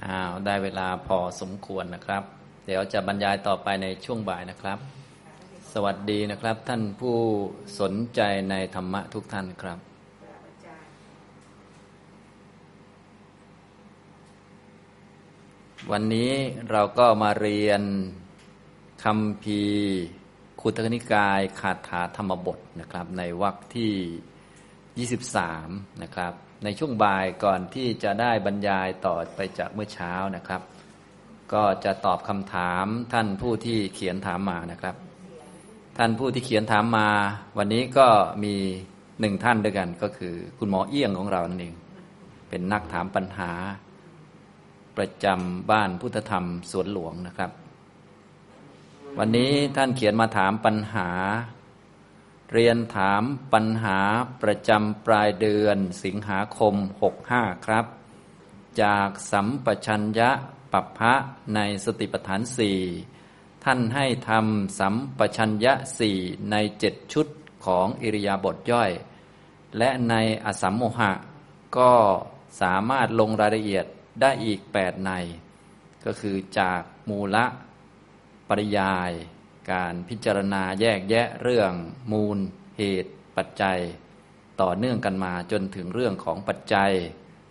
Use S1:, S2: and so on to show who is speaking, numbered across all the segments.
S1: ได้เวลาพอสมควรนะครับเดี๋ยวจะบรรยายต่อไปในช่วงบ่ายนะครับสวัสดีนะครับท่านผู้สนใจในธรรมะทุกท่านครับวันนี้เราก็มาเรียนคัมภีร์คุตกนิกายคาถาธรรมบทนะครับในวรรคที่23นะครับในช่วงบ่ายก่อนที่จะได้บรรยายต่อไปจากเมื่อเช้านะครับก็จะตอบคำถามท่านผู้ที่เขียนถามมานะครับท่านผู้ที่เขียนถามมาวันนี้ก็มี1ท่านด้วยกันก็คือคุณหมอเอี้ยงของเรานั่นเองเป็นนักถามปัญหาประจำบ้านพุทธธรรมสวนหลวงนะครับวันนี้ท่านเขียนมาถามปัญหาเรียนถามปัญหาประจำปลายเดือนสิงหาคม65ครับจากสัมปชัญญะปัปพะในสติปัฏฐาน4ท่านให้ทำสัมปชัญญะ4ใน7ชุดของอิริยาบถย่อยและในอสัมโมหะก็สามารถลงรายละเอียดได้อีก8ในก็คือจากมูลปริยายการพิจารณาแยกแยะเรื่องมูลเหตุปัจจัยต่อเนื่องกันมาจนถึงเรื่องของปัจจัย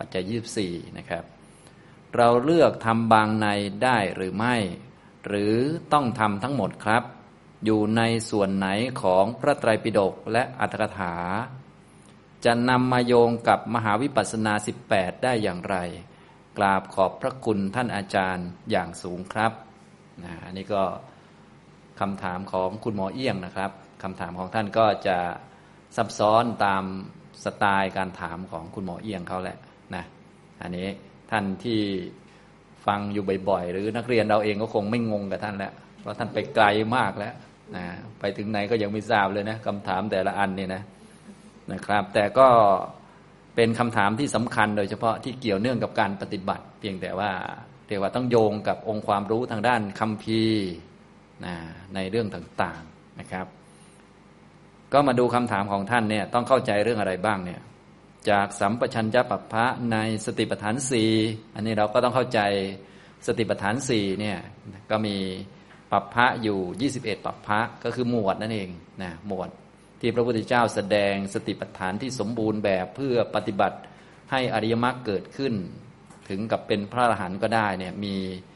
S1: 24นะครับเราเลือกทำบางในได้หรือไม่หรือต้องทำทั้งหมดครับอยู่ในส่วนไหนของพระไตรปิฎกและอรรถกถาจะนำมาโยงกับมหาวิปัสสนา18ได้อย่างไรกราบขอบพระคุณท่านอาจารย์อย่างสูงครับอันนี้ก็คำถามของคุณหมอเอี้ยงนะครับคำถามของท่านก็จะซับซ้อนตามสไตล์การถามของคุณหมอเอี้ยงเขาแหละนะอันนี้ท่านที่ฟังอยู่บ่อยๆหรือนักเรียนเราเองก็คงไม่งงกับท่านแล้วเพราะท่านไปไกลมากแล้วนะไปถึงไหนก็ยังไม่ทราบเลยนะคำถามแต่ละอันนี่นะครับแต่ก็เป็นคำถามที่สำคัญโดยเฉพาะที่เกี่ยวเนื่องกับการปฏิบัติเพียงแต่ว่าเรียกว่าต้องโยงกับองค์ความรู้ทางด้านคัมภีร์ในเรื่องต่างๆนะครับก็มาดูคำถามของท่านเนี่ยต้องเข้าใจเรื่องอะไรบ้างเนี่ยจากสัมปชัญญะปัปพะในสติปัฏฐาน4อันนี้เราก็ต้องเข้าใจสติปัฏฐาน4เนี่ยก็มีปัปพะอยู่21ปัปพะก็คือหมวดนั่นเองนะหมวดที่พระพุทธเจ้าแสดงสติปัฏฐานที่สมบูรณ์แบบเพื่อปฏิบัติให้อริยมรรคเกิดขึ้นถึงกับเป็นพระอรหันต์ก็ได้เนี่ยมี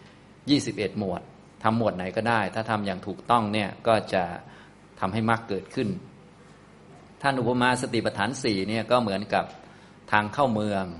S1: 21หมวดทำหมวดไหนก็ได้ถ้าทำอย่างถูกต้องเนี่ยก็จะทำให้มรรคเกิดขึ้นท่านอุปมาสติปัฏฐาน4เนี่ยก็เหมือนกับทางเข้าเมือง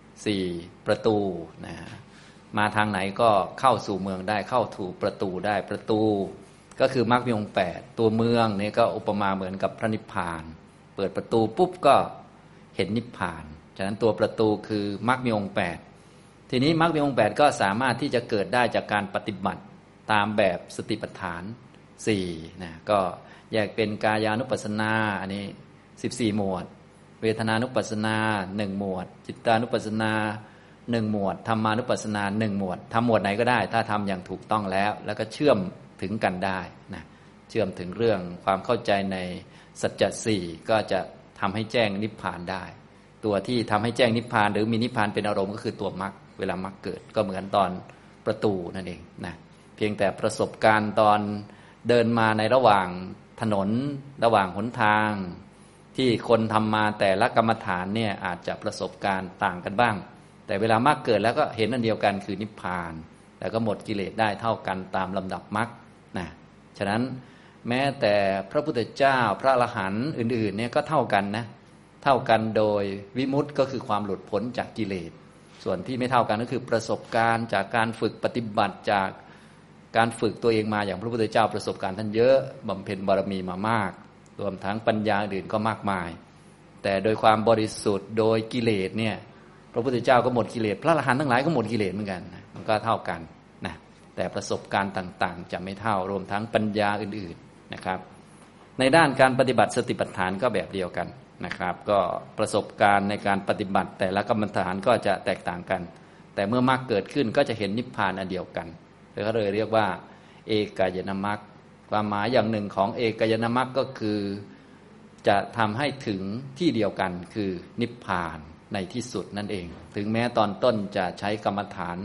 S1: 4ประตูนะมาทางไหนก็เข้าสู่เมืองได้เข้าถูกประตูได้ประตูก็คือมรรคมีองค์8ตัวเมืองนี่ก็อุปมาเหมือนกับพระนิพพานเปิดประตูปุ๊บก็เห็นนิพพานฉะนั้นตัวประตูคือมรรคมีองค์8ทีนี้มรรคมีองค์8ก็สามารถที่จะเกิดได้จากการปฏิบัติตามแบบสติปัฏฐาน4นะก็แยกเป็นกายานุปัสสนาอันนี้14หมวดเวทนานุปัสสนา1หมวดจิตานุปัสสนา1หมวดธรรมานุปัสสนา1หมวดทำหมวดไหนก็ได้ถ้าทำอย่างถูกต้องแล้วก็เชื่อมถึงกันได้นะเชื่อมถึงเรื่องความเข้าใจในสัจจะ4ก็จะทำให้แจ้งนิพพานได้ตัวที่ทำให้แจ้งนิพพานหรือมีนิพพานเป็นอารมณ์ก็คือตัวมรรคเวลามรรคเกิดก็เหมือนตอนประตูนั่นเองนะเพียงแต่ประสบการณ์ตอนเดินมาในระหว่างถนนระหว่างหนทางที่คนทำมาแต่ละกรรมฐานเนี่ยอาจจะประสบการณ์ต่างกันบ้างแต่เวลามรรคเกิดแล้วก็เห็นอันเดียวกันคือนิพพานแล้วก็หมดกิเลสได้เท่ากันตามลำดับมรรคนะฉะนั้นแม้แต่พระพุทธเจ้าพระอรหันต์อื่นๆเนี่ยก็เท่ากันนะเท่ากันโดยวิมุตติก็คือความหลุดพ้นจากกิเลสส่วนที่ไม่เท่ากันก็คือประสบการณ์จากการฝึกปฏิบัติจากการฝึกตัวเองมาอย่างพระพุทธเจ้าประสบการณ์ท่านเยอะบำเพ็ญบารมีมามากรวมทั้งปัญญาอื่นก็มากมายแต่โดยความบริสุทธิ์โดยกิเลสเนี่ยพระพุทธเจ้าก็หมดกิเลสพระอรหันต์ทั้งหลายก็หมดกิเลสเหมือนกันมันก็เท่ากันนะแต่ประสบการณ์ต่างๆจะไม่เท่ารวมทั้งปัญญาอื่นๆนะครับในด้านการปฏิบัติสติปัฏฐานก็แบบเดียวกันนะครับก็ประสบการณ์ในการปฏิบัติแต่ละกรรมฐานก็จะแตกต่างกันแต่เมื่อมรรคเกิดขึ้นก็จะเห็นนิพพานอันเดียวกันเขาเลยเรียกว่าเอกายนมรรคความหมายอย่างหนึ่งของเอกายนมรรคก็คือจะทำให้ถึงที่เดียวกันคือนิพพานในที่สุดนั่นเองถึงแม้ตอนต้นจะใช้กรรมฐาน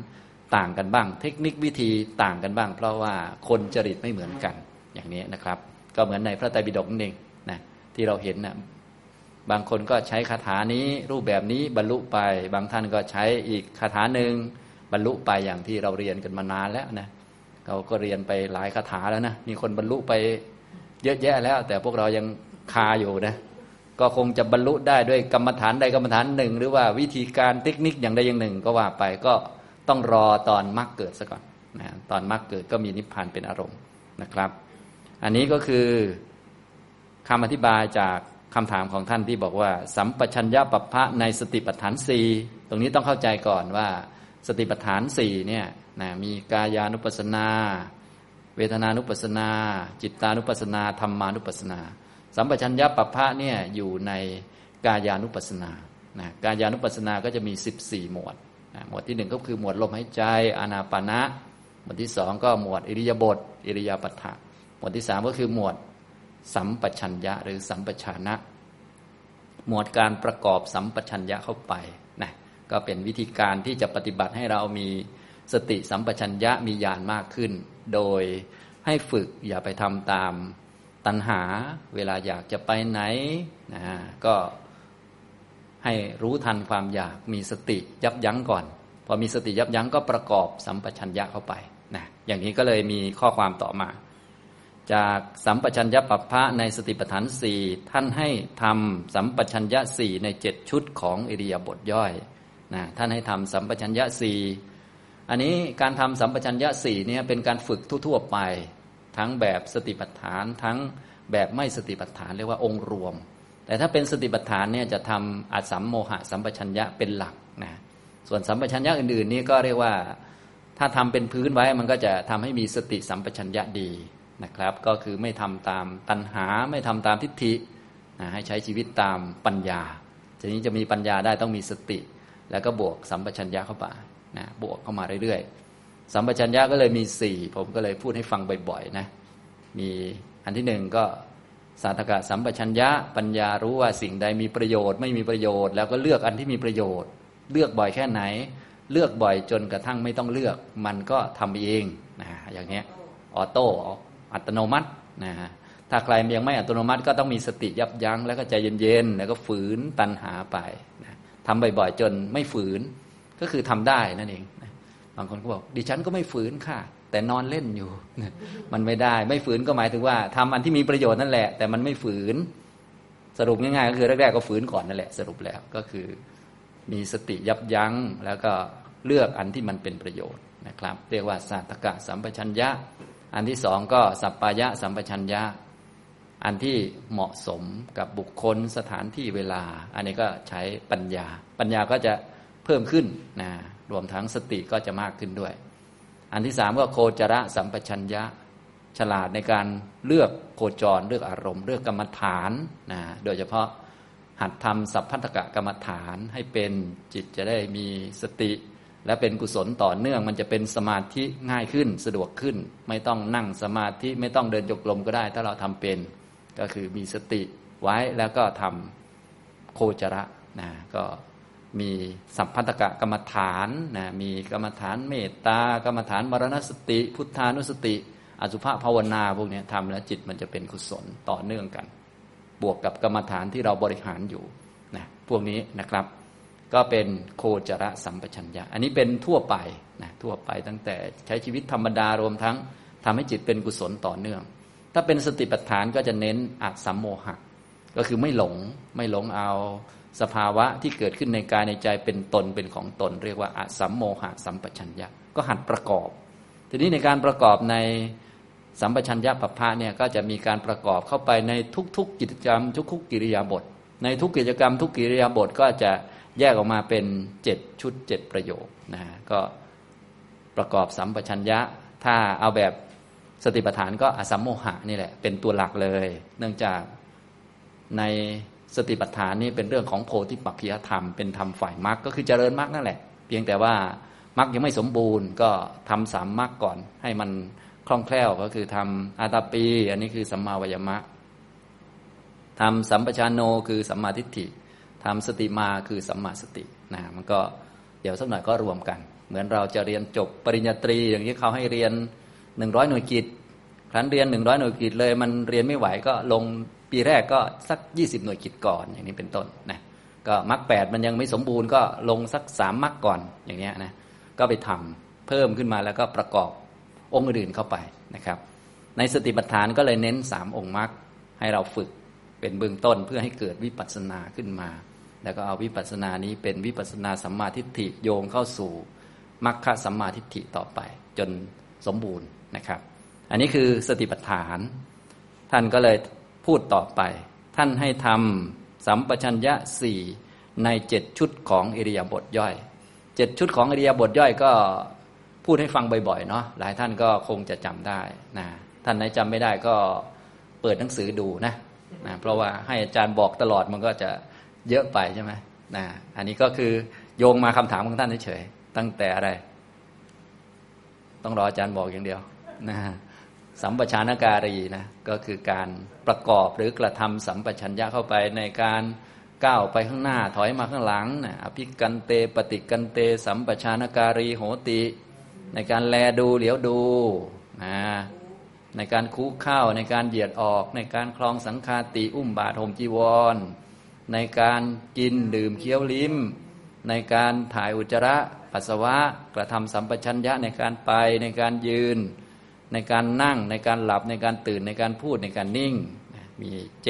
S1: ต่างกันบ้างเทคนิควิธีต่างกันบ้างเพราะว่าคนจริตไม่เหมือนกันอย่างนี้นะครับก็เหมือนในพระไตรปิฎกนั่นเองนะที่เราเห็นนะบางคนก็ใช้คาถานี้รูปแบบนี้บรรลุไปบางท่านก็ใช้อีกคาถาหนึ่งบรรลุไปอย่างที่เราเรียนกันมานานแล้วนะเราก็เรียนไปหลายคาถาแล้วนะมีคนบรรลุไปเยอะแยะแล้วแต่พวกเรายังคาอยู่นะก็คงจะบรรลุได้ด้วยกรรมฐานใดกรรมฐานหนึ่งหรือว่าวิธีการเทคนิคอย่างใดอย่างหนึ่งก็ว่าไปก็ต้องรอตอนมรรคเกิดซะก่อนนะตอนมรรคเกิดก็มีนิพพานเป็นอารมณ์นะครับอันนี้ก็คือคำอธิบายจากคำถามของท่านที่บอกว่าสัมปชัญญะปัปพะในสติปัฏฐานสี่ตรงนี้ต้องเข้าใจก่อนว่าสติปัฏฐานสี่เนี่ยนะมีกายานุปัสสนาเวทนานุปัสสนาจิตานุปัสสนาธรรมานุปัสสนาสัมปชัญญะปัปพะเนี่ยอยู่ในกายานุปัสสนานะกายานุปัสสนาก็จะมี14หมวดนะหมวดที่1ก็คือหมวดลมหายใจอานาปานะหมวดที่2ก็หมวดอิริยาบถอิริยาปถะหมวดที่3ก็คือหมวดสัมปชัญญะหรือสัมปชานะหมวดการประกอบสัมปชัญญะเข้าไปนะก็เป็นวิธีการที่จะปฏิบัติให้เรามีสติสัมปชัญญะมีญาณมากขึ้นโดยให้ฝึกอย่าไปทำตามตัณหาเวลาอยากจะไปไหนนะก็ให้รู้ทันความอยากมีสติยับยั้งก่อนพอมีสติยับยั้งก็ประกอบสัมปชัญญะเข้าไปนะอย่างนี้ก็เลยมีข้อความต่อมาจากสัมปชัญญะปัปพะในสติปัฏฐานสี่ท่านให้ทำสัมปชัญญะสี่ใน7ชุดของอิริยาบถย่อยนะท่านให้ทำสัมปชัญญะสี่อันนี้การทำสัมปชัญญะสี่เนี่ยเป็นการฝึกทั่วๆไปทั้งแบบสติปัฏฐานทั้งแบบไม่สติปัฏฐานเรียกว่าองค์รวมแต่ถ้าเป็นสติปัฏฐานเนี่ยจะทำอสัมโมหะสัมปชัญญะเป็นหลักนะส่วนสัมปชัญญะอื่นๆนี่ก็เรียกว่าถ้าทำเป็นพื้นไว้มันก็จะทำให้มีสติสัมปชัญญะดีนะครับก็คือไม่ทำตามตัณหาไม่ทำตามทิฏฐินะให้ใช้ชีวิตตามปัญญาทีนี้จะมีปัญญาได้ต้องมีสติแล้วก็บวกสัมปชัญญะเข้าไปนะบวกเข้ามาเรื่อยๆสัมปชัญญะก็เลยมี4ผมก็เลยพูดให้ฟังบ่อยๆนะมีอันที่1ก็สาธกะสัมปชัญญะปัญญารู้ว่าสิ่งใดมีประโยชน์ไม่มีประโยชน์แล้วก็เลือกอันที่มีประโยชน์เลือกบ่อยแค่ไหนเลือกบ่อยจนกระทั่งไม่ต้องเลือกมันก็ทำเองนะอย่างนี้ออโต้อัตโนมัตินะถ้าใครยังไม่อัตโนมัติก็ต้องมีสติยับยั้งแล้วก็ใจเย็นๆแล้วก็ฝืนตัณหาไปนะทำบ่อยๆจนไม่ฝืนก็คือทำได้นั่นเองนะบางคนก็บอกดิฉันก็ไม่ฝืนค่ะแต่นอนเล่นอยู่นะมันไม่ได้ไม่ฝืนก็หมายถึงว่าทำอันที่มีประโยชน์นั่นแหละแต่มันไม่ฝืนสรุปง่ายๆก็คือแรกๆก็ฝืนก่อนนั่นแหละสรุปแล้วก็คือมีสติยับยั้งแล้วก็เลือกอันที่มันเป็นประโยชน์นะครับเรียกว่าสาธกะสัมปชัญญะอันที่2ก็สัปปายะสัมปชัญญะอันที่เหมาะสมกับบุคคลสถานที่เวลาอันนี้ก็ใช้ปัญญาก็จะเพิ่มขึ้นนะรวมทั้งสติก็จะมากขึ้นด้วยอันที่3ก็โคจรสัมปชัญญะฉลาดในการเลือกโคจรเลือกอารมณ์เลือกกรรมฐานนะโดยเฉพาะหัดทำสัพพัทธกกรรมฐานให้เป็นจิตจะได้มีสติและเป็นกุศลต่อเนื่องมันจะเป็นสมาธิง่ายขึ้นสะดวกขึ้นไม่ต้องนั่งสมาธิไม่ต้องเดินจงกรมก็ได้ถ้าเราทำเป็นก็คือมีสติไว้แล้วก็ทำโคจรนะก็มีสัพพัทธกกรรมฐานนะมีกรรมฐานเมตตากรรมฐานมรณสติพุทธานุสติอสุภภาวนาพวกนี้ทำแล้วจิตมันจะเป็นกุศลต่อเนื่องกันบวกกับกรรมฐานที่เราบริหารอยู่นะพวกนี้นะครับก็เป็นโคจรสัมปชัญญะอันนี้เป็นทั่วไปนะทั่วไปตั้งแต่ใช้ชีวิตธรรมดารวมทั้งทำให้จิตเป็นกุศลต่อเนื่องถ้าเป็นสติปัฏฐานก็จะเน้นอสัมโมหะก็คือไม่หลงเอาสภาวะที่เกิดขึ้นในกายในใจเป็นตนเป็นของตนเรียกว่าอสัมโมหะสัมปชัญญะก็หัดประกอบทีนี้ในการประกอบในสัมปชัญญะปัปพะเนี่ยก็จะมีการประกอบเข้าไปในทุกๆกิจกรรมทุกๆกิริยาบถในทุกกิจกรรมทุกกิริยาบถก็จะแยกออกมาเป็น7ชุด7ประโยคนะก็ประกอบสัมปชัญญะถ้าเอาแบบสติปัฏฐานก็อสัมโมหะนี่แหละเป็นตัวหลักเลยเนื่องจากในสติปัฏฐานนี่เป็นเรื่องของโพธิปักขิยธรรมเป็นธรรมฝ่ายมรรคก็คือเจริญมรรคนั่นแหละเพียงแต่ว่ามรรคยังไม่สมบูรณ์ก็ทำ3มรรคก่อนให้มันคล่องแคล่วก็คือทำอาตาปีอันนี้คือสัมมาวยามะทำสัมปชานโนคือสัมมาทิฏฐิทำสติมาคือสัมมาสตินะมันก็เดี๋ยวสักหน่อยก็รวมกันเหมือนเราจะเรียนจบปริญญาตรีอย่างนี้เขาให้เรียน100หน่วยกิตครั้นเรียน100หน่วยกิตเลยมันเรียนไม่ไหวก็ลงปีแรกก็สัก20หน่วยกิตก่อนอย่างนี้เป็นต้นนะก็มรรค8มันยังไม่สมบูรณ์ก็ลงสัก3มรรคก่อนอย่างนี้นะก็ไปทำเพิ่มขึ้นมาแล้วก็ประกอบองค์อื่นเข้าไปนะครับในสติปัฏฐานก็เลยเน้น3องค์มรรคให้เราฝึกเป็นเบื้องต้นเพื่อให้เกิดวิปัสสนาขึ้นมาแล้วก็เอาวิปัสสนานี้เป็นวิปัสสนาสัมมาทิฏฐิโยงเข้าสู่มรรคสัมมาทิฏฐิต่อไปจนสมบูรณ์นะครับอันนี้คือสติปัฏฐานท่านก็เลยพูดต่อไปท่านให้ทำสัมปชัญญะ4ใน7ชุดของอิริยาบถย่อย7ชุดของอิริยาบถย่อยก็พูดให้ฟังบ่อยๆเนาะหลายท่านก็คงจะจำได้นะท่านไหนจำไม่ได้ก็เปิดหนังสือดูนะเพราะว่าให้อาจารย์บอกตลอดมันก็จะเยอะไปใช่ไหมนะอันนี้ก็คือโยงมาคำถามของท่านเฉยๆตั้งแต่อะไรต้องรออาจารย์บอกอย่างเดียวนะสัมปชานการีนะก็คือการประกอบหรือกระทำสัมปชัญญะเข้าไปในการก้าวไปข้างหน้าถอยมาข้างหลังนะอภิกันเตปฏิกันเตสัมปชานการีโหติในการแลดูเหลียวดูนะในการคุกเข้าในการเหยียดออกในการคลองสังฆาติอุ้มบาตรห่มจีวรในการกินดื่มเคี้ยวลิ้มในการถ่ายอุจจาระปัสสาวะกระทำสัมปชัญญะในการไปในการยืนในการนั่งในการหลับในการตื่นในการพูดในการนิ่งมี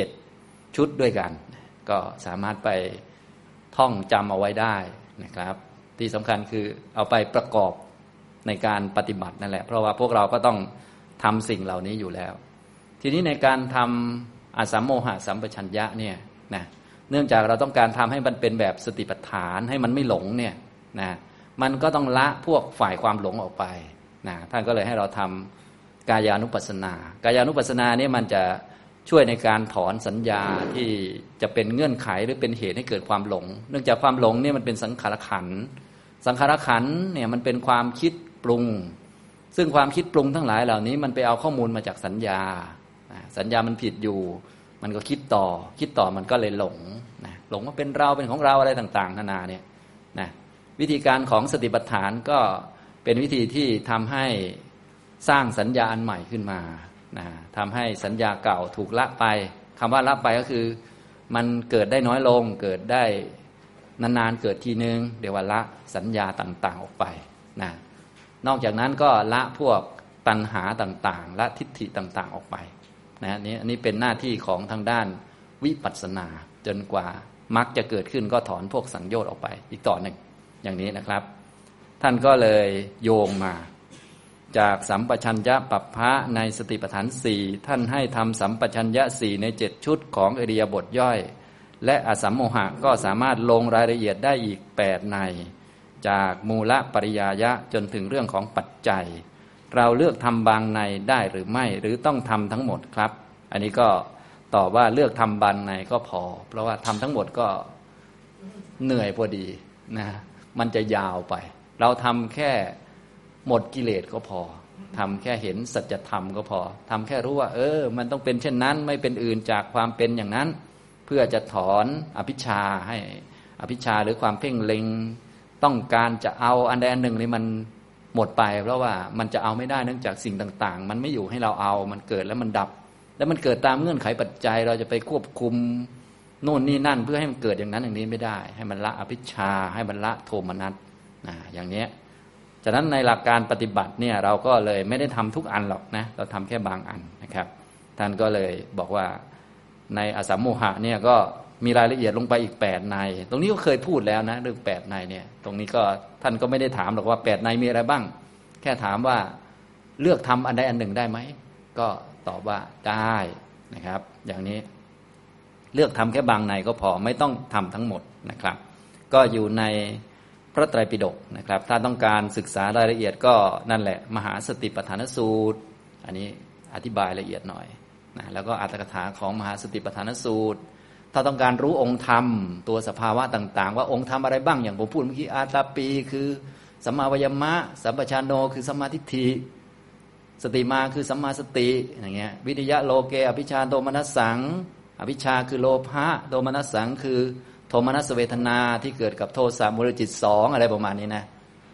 S1: 7ชุดด้วยกันก็สามารถไปท่องจำเอาไว้ได้นะครับที่สำคัญคือเอาไปประกอบในการปฏิบัตินั่นแหละเพราะว่าพวกเราก็ต้องทำสิ่งเหล่านี้อยู่แล้วทีนี้ในการทำอสัมโมหะสัมปชัญญะเนี่ยนะเนื่องจากเราต้องการทำให้มันเป็นแบบสติปัฏฐานให้มันไม่หลงเนี่ยนะมันก็ต้องละพวกฝ่ายความหลงออกไปนะท่านก็เลยให้เราทำกายานุปัสสนากายานุปัสสนาเนี่ยมันจะช่วยในการถอนสัญญาที่จะเป็นเงื่อนไขหรือเป็นเหตุให้เกิดความหลงเนื่องจากความหลงเนี่ยมันเป็นสังขารขันธ์สังขารขันธ์เนี่ยมันเป็นความคิดปรุงซึ่งความคิดปรุงทั้งหลายเหล่านี้มันไปเอาข้อมูลมาจากสัญญาสัญญามันผิดอยู่มันก็คิดต่อมันก็เลยหลงหลงว่าเป็นเราเป็นของเราอะไรต่างๆนานาเนี่ยนะวิธีการของสติปัฏฐานก็เป็นวิธีที่ทำให้สร้างสัญญาอันใหม่ขึ้นมาทำให้สัญญาเก่าถูกละไปคำว่าละไปก็คือมันเกิดได้น้อยลงเกิดได้นานๆเกิดทีนึงเดี๋ยวว่าละสัญญาต่างๆออกไปนะนอกจากนั้นก็ละพวกตัณหาต่างๆละทิฏฐิต่างๆออกไปนะอันนี้เป็นหน้าที่ของทางด้านวิปัสสนาจนกว่ามรรคจะเกิดขึ้นก็ถอนพวกสังโยชน์ออกไปอีกต่อหนึ่งอย่างนี้นะครับท่านก็เลยโยงมาจากสัมปชัญญะปัปพะในสติปัฏฐาน4ท่านให้ทำสัมปชัญญะ4ใน7ชุดของอิริยาบถย่อยและอสัมโมหะก็สามารถลงรายละเอียดได้อีก8ในจากมูลปริยายะจนถึงเรื่องของปัจจัยเราเลือกทำบางในได้หรือไม่หรือต้องทำทั้งหมดครับอันนี้ก็ตอบว่าเลือกทำบางในก็พอเพราะว่าทำทั้งหมดก็เหนื่อยพอดีนะมันจะยาวไปเราทำแค่หมดกิเลสก็พอทำแค่เห็นสัจธรรมก็พอทำแค่รู้ว่ามันต้องเป็นเช่นนั้นไม่เป็นอื่นจากความเป็นอย่างนั้นเพื่อจะถอนอภิชฌาให้อภิชฌาหรือความเพ่งเล็งต้องการจะเอาอันใดอันหนึ่งนี่มันหมดไปเพราะว่ามันจะเอาไม่ได้เนื่องจากสิ่งต่างๆมันไม่อยู่ให้เราเอามันเกิดแล้วมันดับแล้วมันเกิดตามเงื่อนไขปัจจัยเราจะไปควบคุมโน่นนี่นั่นเพื่อให้มันเกิดอย่างนั้นอย่างนี้ไม่ได้ให้มันละอภิชฌาให้มันละโทมนัสอย่างนี้ฉะนั้นในหลักการปฏิบัติเนี่ยเราก็เลยไม่ได้ทำทุกอันหรอกนะเราทำแค่บางอันนะครับท่านก็เลยบอกว่าในอสัมโมหะเนี่ยก็มีรายละเอียดลงไปอีก8ในตรงนี้ก็เคยพูดแล้วนะเรื่อง8ในเนี่ยตรงนี้ก็ท่านก็ไม่ได้ถามหรอกว่า8ในมีอะไรบ้างแค่ถามว่าเลือกทำอันใดอันหนึ่งได้ไหมก็ตอบว่าได้นะครับอย่างนี้เลือกทำแค่บางในก็พอไม่ต้องทำทั้งหมดนะครับก็อยู่ในพระไตรปิฎกนะครับถ้าต้องการศึกษารายละเอียดก็นั่นแหละมหาสติปัฏฐานสูตรอันนี้อธิบายละเอียดหน่อยนะแล้วก็อรรถกถาของมหาสติปัฏฐานสูตรถ้าต้องการรู้องค์ธรรมตัวสภาวะต่างๆว่าองค์ธรรมอะไรบ้างอย่างผมพูดเมื่อกี้อาตาปีคือสัมมาวยามะสัมปชานโนคือสัมมาทิฏฐิสติมาคือสัมมาสติอย่างเงี้ยวิทยะโลเกอภิชฌาโทมนัสสังอภิชฌาคือโลภะโทมนัสสังคือโทมนัสเวทนาที่เกิดกับโทสะมูลจิต2อะไรประมาณนี้นะ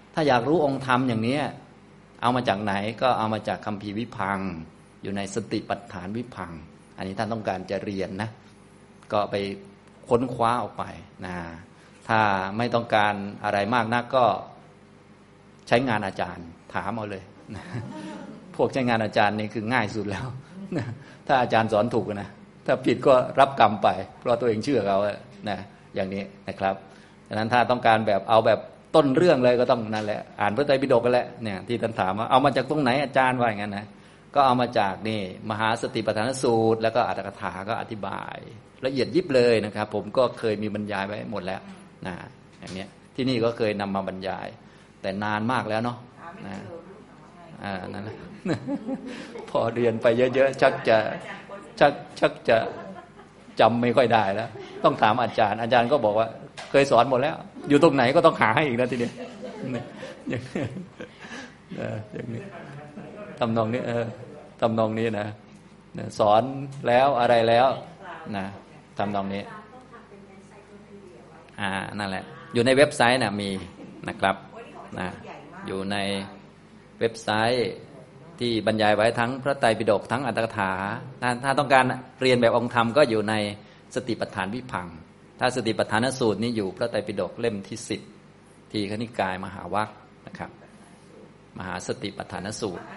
S1: ถ้าอยากรู้องค์ธรรมอย่างนี้เอามาจากไหนก็เอามาจากคัมภีร์วิพังค์อยู่ในสติปัฏฐานวิพังค์อันนี้ท่านต้องการจะเรียนนะก็ไปค้นคว้าออกไปนะถ้าไม่ต้องการอะไรมากนักก็ใช้งานอาจารย์ถามเอาเลยนะพวกใช้งานอาจารย์นี่คือง่ายสุดแล้วนะถ้าอาจารย์สอนถูกนะถ้าผิดก็รับกรรมไปเพราะตัวเองเชื่อเขานะอย่างนี้นะครับดังนั้นถ้าต้องการแบบเอาแบบต้นเรื่องเลยก็ต้องนั่นแหละอ่านพระไตรปิฎกกันแหละเนี่ยที่ท่านถามว่าเอามาจากตรงไหนอาจารย์ว่าอย่างนั้นนะก็เอามาจากนี่มหาสติปัฏฐานสูตรแล้วก็อรรถกถาก็อธิบายละเอียดยิบเลยนะครับผมก็เคยมีบรรยายไว้หมดแล้วนะอย่างนี้ที่นี่ก็เคยนำมาบรรยายแต่นานมากแล้วเนาะนะนั่นแหละพอเรียนไปเยอะๆชักจะจำไม่ค่อยได้แล้วต้องถามอาจารย์ก็บอกว่าเคยสอนหมดแล้วอยู่ตรงไหนก็ต้องหาให้อีกนะทีเดียวอย่างนี้ทำนองนี้ทำนองนี้นะสอนแล้วอะไรแล้วนะทำนองนี้นั่นแหละอยู่ในเว็บไซต์นะมีนะครับนะอยู่ในเว็บไซต์ที่บรรยายไว้ทั้งพระไตรปิฎกทั้งอรรถกถาถ้าต้องการเรียนแบบองค์ธรรมก็อยู่ในสติปัฏฐานวิพังค์ถ้าสติปัฏฐานสูตรนี้อยู่พระไตรปิฎกเล่มที่10ทีฆนิกายมหาวรรคนะครับมหาสติปัฏฐานสูตร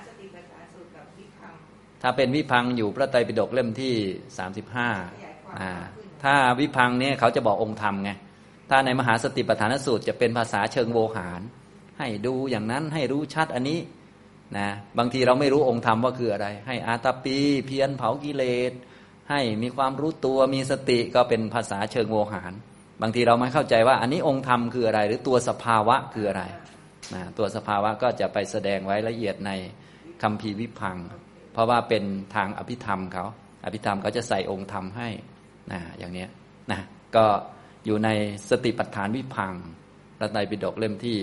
S1: ถ้าเป็นวิพังค์อยู่พระไตรปิฎกเล่มที่35ถ้าวิพังค์เนี่ยเขาจะบอกองค์ธรรมไงถ้าในมหาสติปัฏฐานสูตรจะเป็นภาษาเชิงโวหารให้ดูอย่างนั้นให้รู้ชัดอันนี้นะบางทีเราไม่รู้องค์ธรรมว่าคืออะไรให้อาตาปีเพียรเผากิเลสให้มีความรู้ตัวมีสติก็เป็นภาษาเชิงโวหารบางทีเราไม่เข้าใจว่าอันนี้องค์ธรรมคืออะไรหรือตัวสภาวะคืออะไรนะตัวสภาวะก็จะไปแสดงไว้ละเอียดในคัมภีร์วิพังค์เพราะว่าเป็นทางอภิธรรมเขาอภิธรรมเขาจะใส่องค์ธรรมให้นะอย่างนี้นะก็อยู่ในสติปัฏฐานวิพังค์พระไตรปิฎกเล่มที่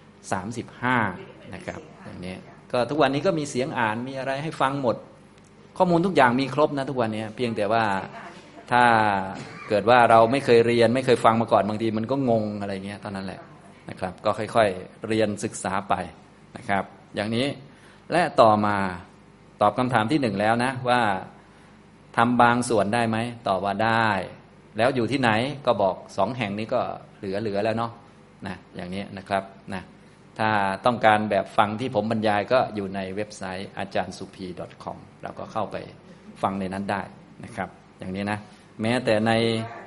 S1: 35นะครับอย่างนี้ก็ทุกวันนี้ก็มีเสียงอ่านมีอะไรให้ฟังหมดข้อมูลทุกอย่างมีครบนะทุกวันนี้เพียงแต่ว่าถ้าเกิดว่าเราไม่เคยเรียนไม่เคยฟังมาก่อนบางทีมันก็งงอะไรเงี้ยตอนนั้นแหละนะครับก็ค่อยๆเรียนศึกษาไปนะครับอย่างนี้และต่อมาตอบคำถามที่1แล้วนะว่าทำบางส่วนได้ไหมตอบว่าได้แล้วอยู่ที่ไหนก็บอก2แห่งนี้ก็เหลือแล้วเนาะนะอย่างนี้นะครับนะถ้าต้องการแบบฟังที่ผมบรรยายก็อยู่ในเว็บไซต์อาจารย์สุพี .com เราก็เข้าไปฟังในนั้นได้นะครับอย่างนี้นะแม้แต่ใน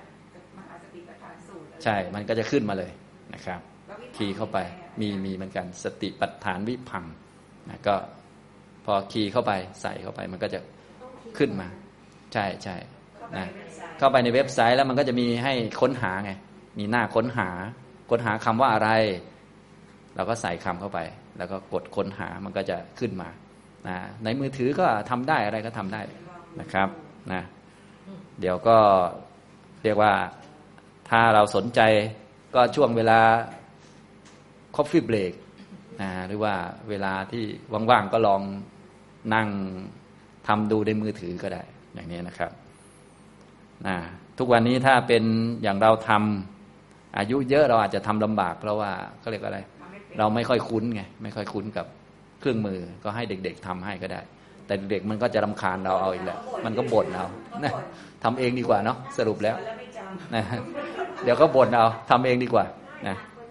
S1: ใช่มันก็จะขึ้นมาเลยนะครับคีย์เข้าไปมีเหมือนกันสติปัฏฐานวิพังค์นะก็พอคีย์เข้าไปใส่เข้าไปมันก็จะขึ้นมาใช่นะเข้าไปในเว็บไซต์แล้วมันก็จะมีให้ค้นหาไงมีหน้าค้นหาคำว่าอะไรเราก็ใส่คำเข้าไปแล้วก็กดค้นหามันก็จะขึ้นมานะในมือถือก็ทำได้อะไรก็ทำได้นะครับนะเดี๋ยวก็เรียกว่าถ้าเราสนใจก็ช่วงเวลา coffee break หรือว่าเวลาที่ว่างๆก็ลองนั่งทำดูในมือถือก็ได้อย่างนี้นะครับทุกวันนี้ถ้าเป็นอย่างเราทำอายุเยอะเราอาจจะทำลำบากเพราะว่าเขาเรียกอะไรเราไม่ค่อยคุ้นไงไม่ค่อยคุ้นกับเครื่องมือก็ให้เด็กๆทำให้ก็ได้แต่เด็กมันก็จะรำคาญเราเอาอีกแหละมันก็บ่นเอานะทำเองดีกว่าเนาะสรุปแล้วนะเดี๋ยวก็บ่นเอาทำเองดีกว่านะ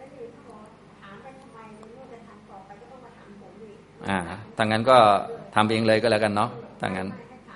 S1: ถ้างั้นก็ทำเองเลยก็แล้วกันเนาะถ้างั้น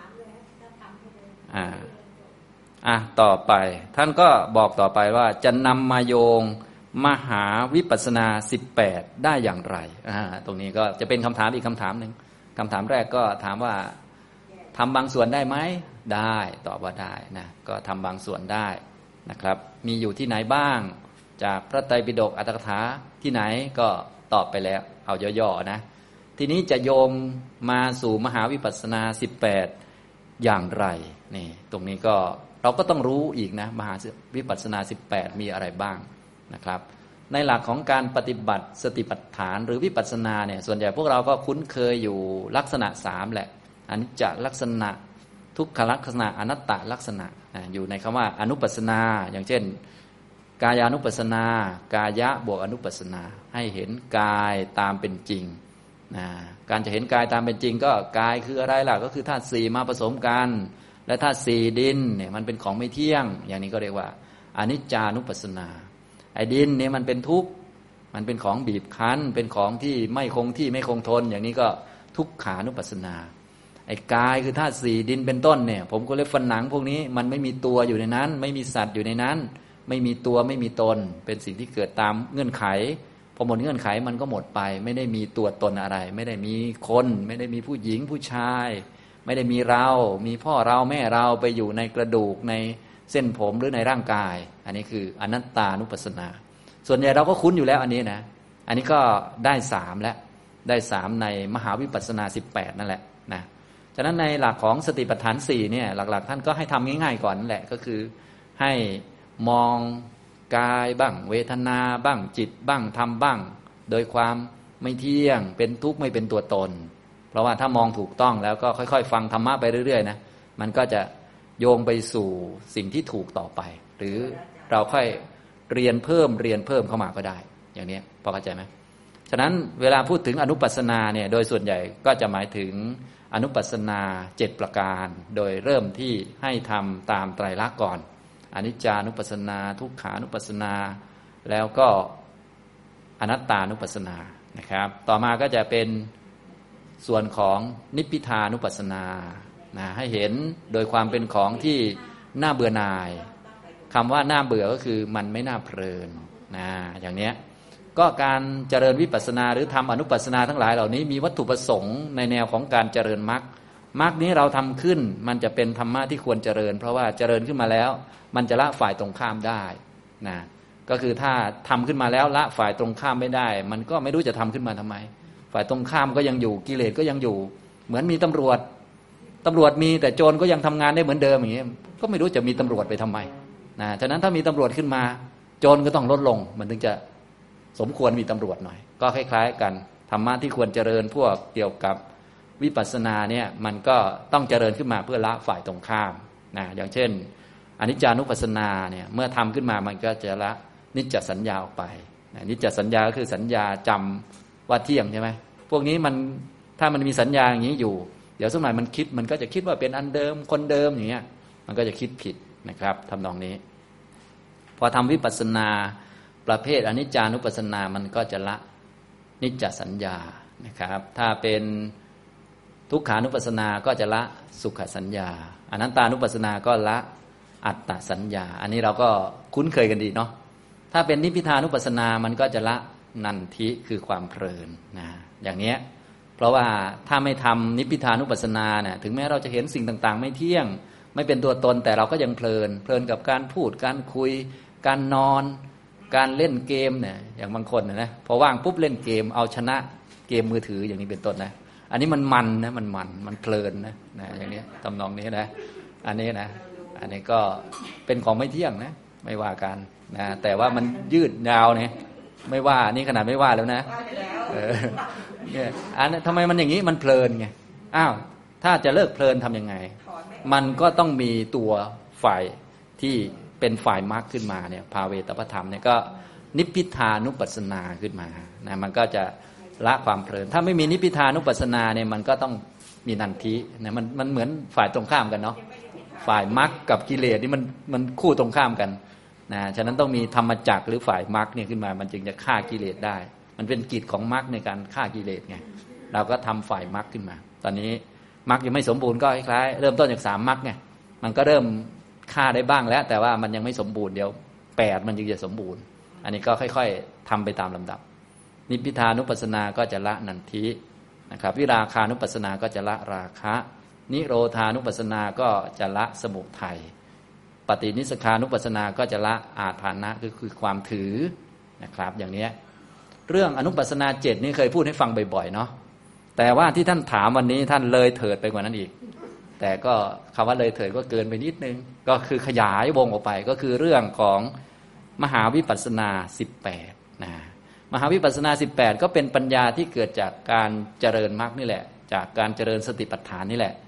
S1: ต่อไปท่านก็บอกต่อไปว่าจะนำมาโยงมหาวิปัสสนา18ได้อย่างไรตรงนี้ก็จะเป็นคำถามอีกคำถามหนึ่งคำถามแรกก็ถามว่าทำบางส่วนได้ไหมได้ตอบว่าได้นะก็ทำบางส่วนได้นะครับมีอยู่ที่ไหนบ้างจากพระไตรปิฎกอรรถกถาที่ไหนก็ตอบไปแล้วเอาย่อๆนะทีนี้จะโยงมาสู่มหาวิปัสสนา18อย่างไรนี่ตรงนี้ก็เราก็ต้องรู้อีกนะมหาวิปัสสนา18มีอะไรบ้างนะครับในหลักของการปฏิบัติสติปัฏฐานหรือวิปัสสนาเนี่ยส่วนใหญ่พวกเราก็คุ้นเคยอยู่ลักษณะ3แหละอนิจจลักษณะทุกขลักษณะอนัตตลักษณะอยู่ในคำว่าอนุปัสสนาอย่างเช่นกายานุปัสสนากายะบวกอนุปัสสนาให้เห็นกายตามเป็นจริงนะการจะเห็นกายตามเป็นจริงก็กายคืออะไรล่ะก็คือธาตุสี่มาผสมกันและธาตุสี่ดินเนี่ยมันเป็นของไม่เที่ยงอย่างนี้ก็เรียกว่าอนิจจานุปัสสนาไอ้ดินเนี่ยมันเป็นทุกข์มันเป็นของบีบคั้นเป็นของที่ไม่คงที่ไม่คงทนอย่างนี้ก็ทุกขานุปัสสนาไอ้กายคือธาตุสี่ดินเป็นต้นเนี่ยผมก็เรียกฟันหนังพวกนี้มันไม่มีตัวอยู่ในนั้นไม่มีสัตว์อยู่ในนั้นไม่มีตัวไม่มีตนเป็นสิ่งที่เกิดตามเงื่อนไขพอหมดเงื่อนไขมันก็หมดไปไม่ได้มีตัวตนอะไรไม่ได้มีคนไม่ได้มีผู้หญิงผู้ชายไม่ได้มีเรามีพ่อเราแม่เราไปอยู่ในกระดูกในเส้นผมหรือในร่างกายอันนี้คืออนัตตานุปัสสนาส่วนใหญ่เราก็คุ้นอยู่แล้วอันนี้นะอันนี้ก็ได้3แล้วได้3ในมหาวิปัสสนา18นั่นแหละนะฉะนั้นในหลักของสติปัฏฐาน4เนี่ยหลักๆท่านก็ให้ทำง่ายๆก่อนนั่นแหละก็คือให้มองกายบ้างเวทนาบ้างจิตบ้างธรรมบ้างโดยความไม่เที่ยงเป็นทุกข์ไม่เป็นตัวตนเพราะว่าถ้ามองถูกต้องแล้วก็ค่อยๆฟังธรรมะไปเรื่อยๆนะมันก็จะโยงไปสู่สิ่งที่ถูกต่อไปหรือเราค่อยเรียนเพิ่มเข้ามาก็ได้อย่างนี้พอเข้าใจไหมฉะนั้นเวลาพูดถึงอนุปัสสนาเนี่ยโดยส่วนใหญ่ก็จะหมายถึงอนุปัสสนา7ประการโดยเริ่มที่ให้ทำตามไตรลักษณ์ก่อนอนิจจานุปัสสนาทุกขานุปัสสนาแล้วก็อนัตตานุปัสสนานะครับต่อมาก็จะเป็นส่วนของนิพพิทานุปัสสนานะให้เห็นโดยความเป็นของที่น่าเบื่อหน่ายคำว่าน่าเบื่อก็คือมันไม่น่าเพลินนะอย่างเนี้ยก็การเจริญวิปัสสนาหรือทำอนุปัสสนาทั้งหลายเหล่านี้มีวัตถุประสงค์ในแนวของการเจริญมรรคมรรคนี้เราทำขึ้นมันจะเป็นธรรมะที่ควรเจริญเพราะว่าเจริญขึ้นมาแล้วมันจะละฝ่ายตรงข้ามได้นะก็คือถ้าทำขึ้นมาแล้วละฝ่ายตรงข้ามไม่ได้มันก็ไม่รู้จะทำขึ้นมาทำไมฝ่ายตรงข้ามก็ยังอยู่กิเลสก็ยังอยู่เหมือนมีตำรวจมีแต่โจรก็ยังทำงานได้เหมือนเดิมอย่างนี้ก็ไม่รู้จะมีตำรวจไปทำไมนะฉะนั้นถ้ามีตำรวจขึ้นมาโจรก็ต้องลดลงมันถึงจะสมควรมีตำรวจหน่อยก็คล้ายๆกันธรรมะที่ควรเจริญพวกเกี่ยวกับวิปัสสนาเนี่ยมันก็ต้องเจริญขึ้นมาเพื่อละฝ่ายตรงข้ามนะอย่างเช่นอนิจจานุปัสสนาเนี่ยเมื่อทำขึ้นมามันก็จะละนิจจสัญญาออกไปนะนิจจสัญญาก็คือสัญญาจำว่าเที่ยงใช่ไหมพวกนี้มันถ้ามันมีสัญญาอย่างนี้อยู่เดี๋ยวสมัยมันคิดมันก็จะคิดว่าเป็นอันเดิมคนเดิมอย่างเงี้ยมันก็จะคิดผิดนะครับทำนองนี้พอทำวิปัสสนาประเภทอนิจจานุปัสสนามันก็จะละนิจจสัญญานะครับถ้าเป็นทุกขานุปัสสนาก็จะละสุขสัญญาอนัตตานุปัสสนาก็ละอัตตสัญญาอันนี้เราก็คุ้นเคยกันดีเนาะถ้าเป็นนิพพิทานุปัสสนามันก็จะละนันทิคือความเพลินนะอย่างเนี้ยเพราะว่าถ้าไม่ทำนิพพิทานุปัสสนาเนี่ยถึงแม้เราจะเห็นสิ่งต่างๆไม่เที่ยงไม่เป็นตัวตนแต่เราก็ยังเพลินกับการพูดการคุยการนอนการเล่นเกมเนี่ยอย่างบางคนนะพอว่างปุ๊บเล่นเกมเอาชนะเกมมือถืออย่างนี้เป็นต้นนะอันนี้มันเพลินนะอย่างนี้ทำนองนี้นะอันนี้ก็เป็นของไม่เที่ยงนะไม่ว่ากันนะแต่ว่ามันยืดยาวเนี่ยไม่ว่านี่ขนาดไม่ว่าแล้วนะเนี่ยอันนี้ทำไมมันอย่างนี้มันเพลินไงอ้าวถ้าจะเลิกเพลินทำยังไงมันก็ต้องมีตัวฝ่ายที่เป็นฝ่ายมรรคขึ้นมาเนี่ยภาเวตปธรรมเนี่ยก็นิพพิทานุปัสสนาขึ้นมานะมันก็จะละความเพลินถ้าไม่มีนิพพิทานุปัสสนาเนี่ยมันก็ต้องมีนันทินะมันเหมือนฝ่ายตรงข้ามกันเนาะฝ่ายมรรคกับกิเลสนี่มันคู่ตรงข้ามกันนะฉะนั้นต้องมีธรรมจักรหรือฝ่ายมรรคเนี่ยขึ้นมามันจึงจะฆ่ากิเลสได้มันเป็นกิจของมรรคในการฆ่ากิเลสไงเราก็ทำฝ่ายมรรคขึ้นมาตอนนี้มรรคยังไม่สมบูรณ์ก็คล้ายๆเริ่มต้นจาก3มรรคไงมันก็เริ่มฆ่าได้บ้างแล้วแต่ว่ามันยังไม่สมบูรณ์เดี๋ยว8มันจึงจะสมบูรณ์อันนี้ก็ค่อยๆทำไปตามลำดับนิพพิทานุปัสสนาก็จะละนันทินะครับวิราคานุปัสสนาก็จะละราคะนิโรธานุปัสสนาก็จะละสมุทัยปฏินิสขานุปัสสนาก็จะละอาทานะคือความถือนะครับอย่างนี้เรื่องอนุปัสสนา7นี่เคยพูดให้ฟังบ่อยๆเนาะแต่ว่าที่ท่านถามวันนี้ท่านเลยเถิดไปกว่านั้นอีกแต่ก็คำว่าเลยเถิดก็เกินไปนิดนึงก็คือขยายวงออกไปก็คือเรื่องของมหาวิปัสสนา18นะมหาวิปัสสนา18ก็เป็นปัญญาที่เกิดจากการเจริญมรรคนี่แหละจากการเจริญสติปัฏฐานนี่แหละ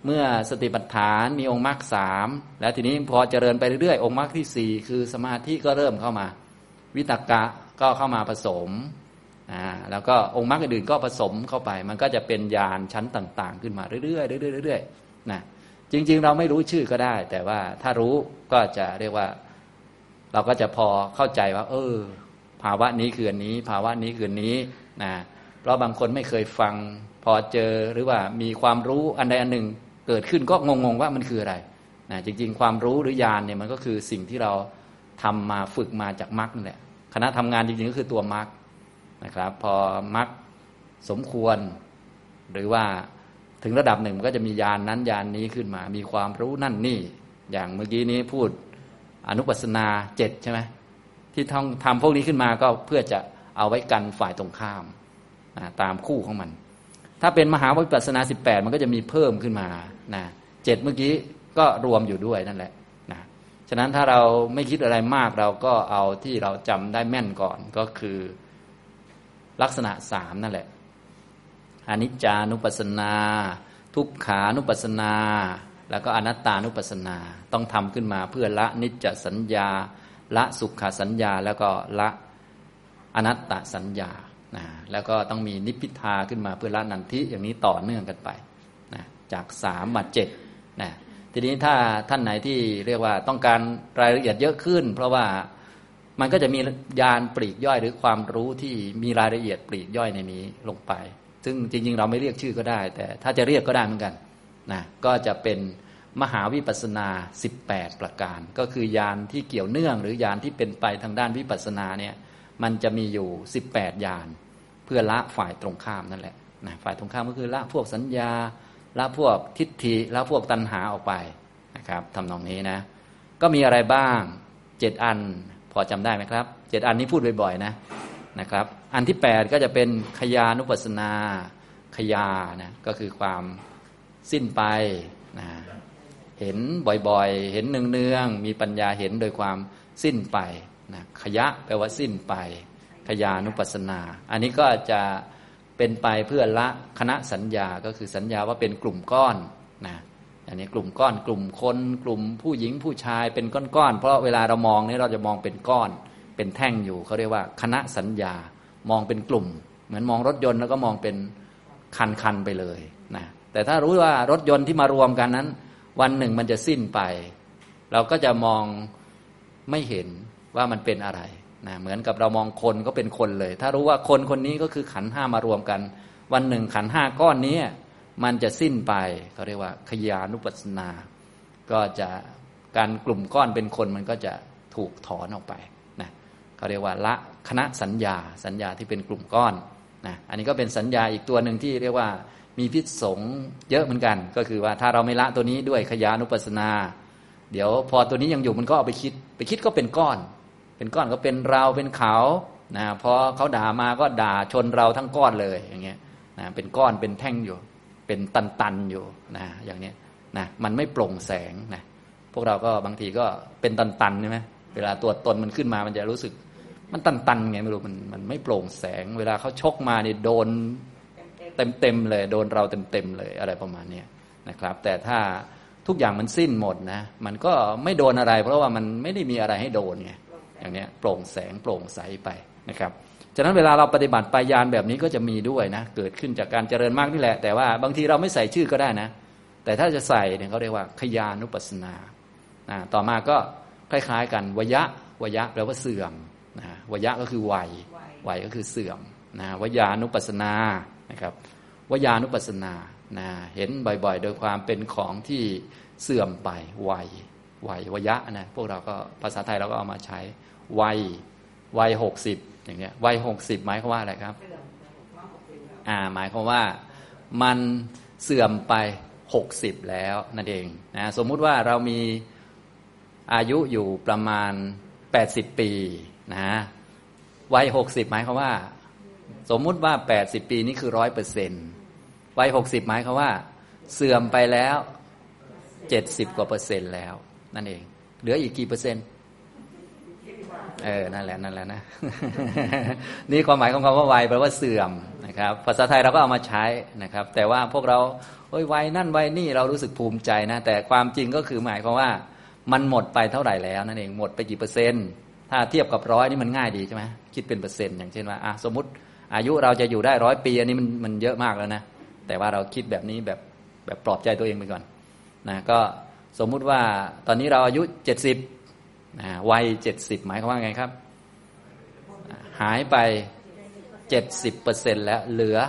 S1: เมื่อสติปัฏฐานมีองค์มรรคสามแล้วทีนี้พอเจริญไปเรื่อยๆองค์มรรคที่สี่คือสมาธิก็เริ่มเข้ามาวิตกะก็เข้ามาผสมแล้วก็องค์มรรคอื่นๆก็ผสมเข้าไปมันก็จะเป็นญาณชั้นต่างๆขึ้นมาเรื่อยๆเรื่อยๆเรื่อยๆนะจริงๆเราไม่รู้ชื่อก็ได้แต่ว่าถ้ารู้ก็จะเรียกว่าเราก็จะพอเข้าใจว่าภาวะนี้คืออันนี้ภาวะนี้คืออันนี้นะเพราะบางคนไม่เคยฟังพอเจอหรือว่ามีความรู้อันใดอันหนึ่งเกิดขึ้นก็งงๆว่ามันคืออะไรนะจริงๆความรู้หรือญาณเนี่ยมันก็คือสิ่งที่เราทำมาฝึกมาจากมรรคนั่นแหละคณะทำงานจริงๆก็คือตัวมรรคนะครับพอมรรคสมควรหรือว่าถึงระดับหนึ่งมันก็จะมีญาณนั้นญาณนี้ขึ้นมามีความรู้นั่นนี่อย่างเมื่อกี้นี้พูดอนุปัสสนา7ใช่ไหมที่ท่องทำพวกนี้ขึ้นมาก็เพื่อจะเอาไว้กันฝ่ายตรงข้ามตามคู่ของมันถ้าเป็นมหาวิปัสสนา18มันก็จะมีเพิ่มขึ้นมานะ7เมื่อกี้ก็รวมอยู่ด้วยนั่นแหละนะฉะนั้นถ้าเราไม่คิดอะไรมากเราก็เอาที่เราจำได้แม่นก่อนก็คือลักษณะ3นั่นแหละอนิจจานุปัสสนาทุกขานุปัสสนาแล้วก็อนัตตานุปัสสนาต้องทำขึ้นมาเพื่อละนิจจสัญญาละสุขสัญญาแล้วก็ละอนัตตสัญญาแล้วก็ต้องมีนิพพิทาขึ้นมาเพื่อละนันทิอย่างนี้ต่อเนื่องกันไปนะจาก3มา7นะทีนี้ถ้าท่านไหนที่เรียกว่าต้องการรายละเอียดเยอะขึ้นเพราะว่ามันก็จะมีญาณปลีกย่อยหรือความรู้ที่มีรายละเอียดปลีกย่อยในนี้ลงไปซึ่งจริงๆเราไม่เรียกชื่อก็ได้แต่ถ้าจะเรียกก็ได้เหมือนกันนะก็จะเป็นมหาวิปัสสนา18ประการก็คือญาณที่เกี่ยวเนื่องหรือญาณที่เป็นไปทางด้านวิปัสสนาเนี่ยมันจะมีอยู่18ญาณเพื่อละฝ่ายตรงข้ามนั่นแหละนะฝ่ายตรงข้ามก็คือละพวกสัญญาละพวกทิฏฐิละพวกตัณหาออกไปนะครับทำนองนี้นะก็มีอะไรบ้าง7อันพอจำได้ไหมครับ7อันนี้พูดบ่อยๆนะครับอันที่8ก็จะเป็นขยานุปัสสนาขยานะก็คือความสิ้นไปนะเห็นบ่อยๆเห็นเนืองๆมีปัญญาเห็นโดยความสิ้นไปนะขยะแปลว่าสิ้นไปขยานุปัสสนาอันนี้ก็จะเป็นไปเพื่อละคณะสัญญาก็คือสัญญาว่าเป็นกลุ่มก้อนนะอันนี้กลุ่มก้อนกลุ่มคนกลุ่มผู้หญิงผู้ชายเป็นก้อนๆเพราะเวลาเรามองนี่เราจะมองเป็นก้อนเป็นแท่งอยู่เขาเรียกว่าคณะสัญญามองเป็นกลุ่มเหมือนมองรถยนต์แล้วก็มองเป็นคันๆไปเลยนะแต่ถ้ารู้ว่ารถยนต์ที่มารวมกันนั้นวันหนึ่งมันจะสิ้นไปเราก็จะมองไม่เห็นว่ามันเป็นอะไรนะเหมือนกับเรามองคนก็เป็นคนเลยถ้ารู้ว่าคนคนนี้ก็คือขันธ์5มารวมกันวันหนึ่งขันธ์5ก้อนนี้มันจะสิ้นไปเขาเรียกว่าขยานุปัสสนาก็จะการกลุ่มก้อนเป็นคนมันก็จะถูกถอนออกไปนะเขาเรียกว่าละคณะสัญญาที่เป็นกลุ่มก้อนนะอันนี้ก็เป็นสัญญาอีกตัวหนึ่งที่เรียกว่ามีพิษสงเยอะเหมือนกันก็คือว่าถ้าเราไม่ละตัวนี้ด้วยขยานุปัสสนาเดี๋ยวพอตัวนี้ยังอยู่มันก็เอาไปคิดก็เป็นก้อนก็เป็นเราเป็นเขานะพอเขาด่ามาก็ด่าชนเราทั้งก้อนเลยอย่างเงี้ยนะเป็นก้อนเป็นแท่งอยู่เป็นตันๆอยู่นะอย่างเนี้ยนะมันไม่โปร่งแสงนะพวกเราก็บางทีก็เป็นตันๆใช่ไหมเวลาตัวตนมันขึ้นมามันจะรู้สึกมันตันๆไงไม่รู้มันไม่โปร่งแสงเวลาเขาชกมานี่โดนเต็มเลยโดนเราเต็มเลยอะไรประมาณนี้นะครับแต่ถ้าทุกอย่างมันสิ้นหมดนะมันก็ไม่โดนอะไรเพราะว่ามันไม่ได้มีอะไรให้โดนไงอย่างนี้โปร่งแสงโปร่งใสไปนะครับฉะนั้นเวลาเราปฏิบัติปายานแบบนี้ก็จะมีด้วยนะเกิดขึ้นจากการเจริญมากนี่แหละแต่ว่าบางทีเราไม่ใส่ชื่อก็ได้นะแต่ถ้าจะใส่เนี่ยเขาเรียกว่าขยานุปัสสนาต่อมาก็คล้ายๆกันวยะแปลว่าเสื่อมวยะก็คือวัยก็คือเสื่อมวยานุปัสสนานะครับวยานุปัสสนาเห็นบ่อยๆโดยความเป็นของที่เสื่อมไปวยะนะพวกเราก็ภาษาไทยเราก็เอามาใช้วัย60อย่างเงี้ยวัย60หมายความว่าอะไรครับหมายความว่ามันเสื่อมไป60แล้วนั่นเองนะสมมุติว่าเรามีอายุอยู่ประมาณ80ปีนะวัย60หมายความว่าสมมุติว่า80ปีนี่คือ 100% วัย60หมายความว่าเสื่อมไปแล้ว70กว่า%แล้วนั่นเองเหลืออีกกี่เปอร์เซ็นต์นั่นแหละนะ นี่ความหมายของคำว่าวัยแปลว่าเสื่อมนะนะครับภาษาไทยเราก็เอามาใช้นะครับแต่ว่าพวกเราวัยนั่นวัยนี่เรารู้สึกภูมิใจนะแต่ความจริงก็คือหมายความว่ามันหมดไปเท่าไหร่แล้วนั่นเองหมดไปกี่เปอร์เซ็นต์ถ้าเทียบกับ100นี่มันง่ายดีใช่ไหมคิดเป็นเปอร์เซ็นต์อย่างเช่นว่าสมมติอายุเราจะอยู่ได้100 ปีอันนี้มันเยอะมากแล้วนะแต่ว่าเราคิดแบบนี้แบบปลอบใจตัวเองไปก่อนนะก็สมมุติว่าตอนนี้เราอายุ70วัย70หมายความว่าไงครับหายไป70%แล้วเหลือ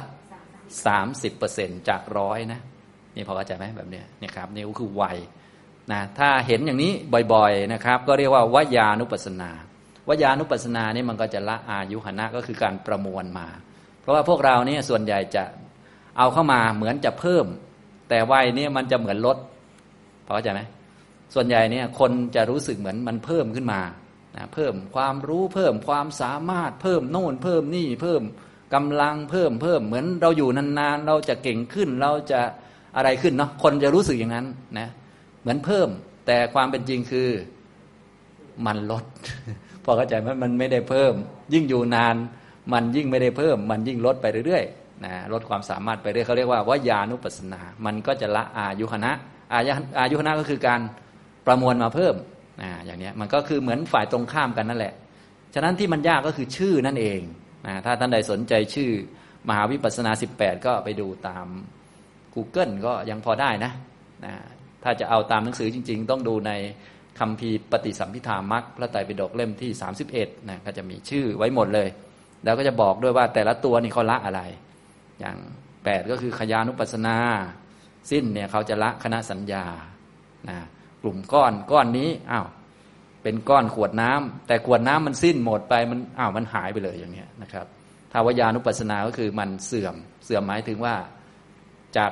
S1: 30%จาก100นะนี่พอเข้าใจไหมแบบนี้นี่ครับนี่ก็คือวัยนะถ้าเห็นอย่างนี้บ่อยๆนะครับก็เรียกว่าวยานุปัสสนาวยานุปัสสนานี่มันก็จะละอายุหนะก็คือการประมวลมาเพราะว่าพวกเราเนี่ยส่วนใหญ่จะเอาเข้ามาเหมือนจะเพิ่มแต่วัยเนี่ยมันจะเหมือนลดพอเข้าใจไหมส่วนใหญ่เนี่ยคนจะรู้สึกเหมือนมันเพิ่มขึ้นมานะเพิ่มความรู้เพิ่มความสามารถเพิ่มโน่นเพิ่มนี่เพิ่มกำลังเพิ่มเหมือนเราอยู่นานๆเราจะเก่งขึ้นเราจะอะไรขึ้นเนาะคนจะรู้สึกอย่างนั้นนะเหมือนเพิ่มแต่ความเป็นจริงคือมันลด พอเข้าใจไหมมันไม่ได้เพิ่มยิ่งอยู่นานมันยิ่งไม่ได้เพิ่มมันยิ่งลดไปเรื่อยๆนะลดความสามารถไปเรื่อยเขาเรียกว่าวยานุปัสสนามันก็จะละอายุหนะอายุหนะก็คือการประมวลมาเพิ่มอย่างนี้มันก็คือเหมือนฝ่ายตรงข้ามกันนั่นแหละฉะนั้นที่มันยากก็คือชื่อนั่นเองถ้าท่านใดสนใจชื่อมหาวิปัสสนา18ก็ไปดูตาม Google ก็ยังพอได้นะถ้าจะเอาตามหนังสือจริงๆต้องดูในคัมภีร์ปฏิสัมภิธามัคพระไตรปิฎกเล่มที่31นะก็จะมีชื่อไว้หมดเลยแล้วก็จะบอกด้วยว่าแต่ละตัวนี่เขาละอะไรอย่าง8ก็คือขยานุปัสสนาสิ้นเนี่ยเขาจะละคณะสัญญานะกลุ่มก้อนนี้เป็นก้อนขวดน้ำแต่ขวดน้ำมันสิ้นหมดไปมันหายไปเลยอย่างเงี้ยนะครับถ้าวยานุปัสสนาก็คือมันเสื่อมหมายถึงว่าจาก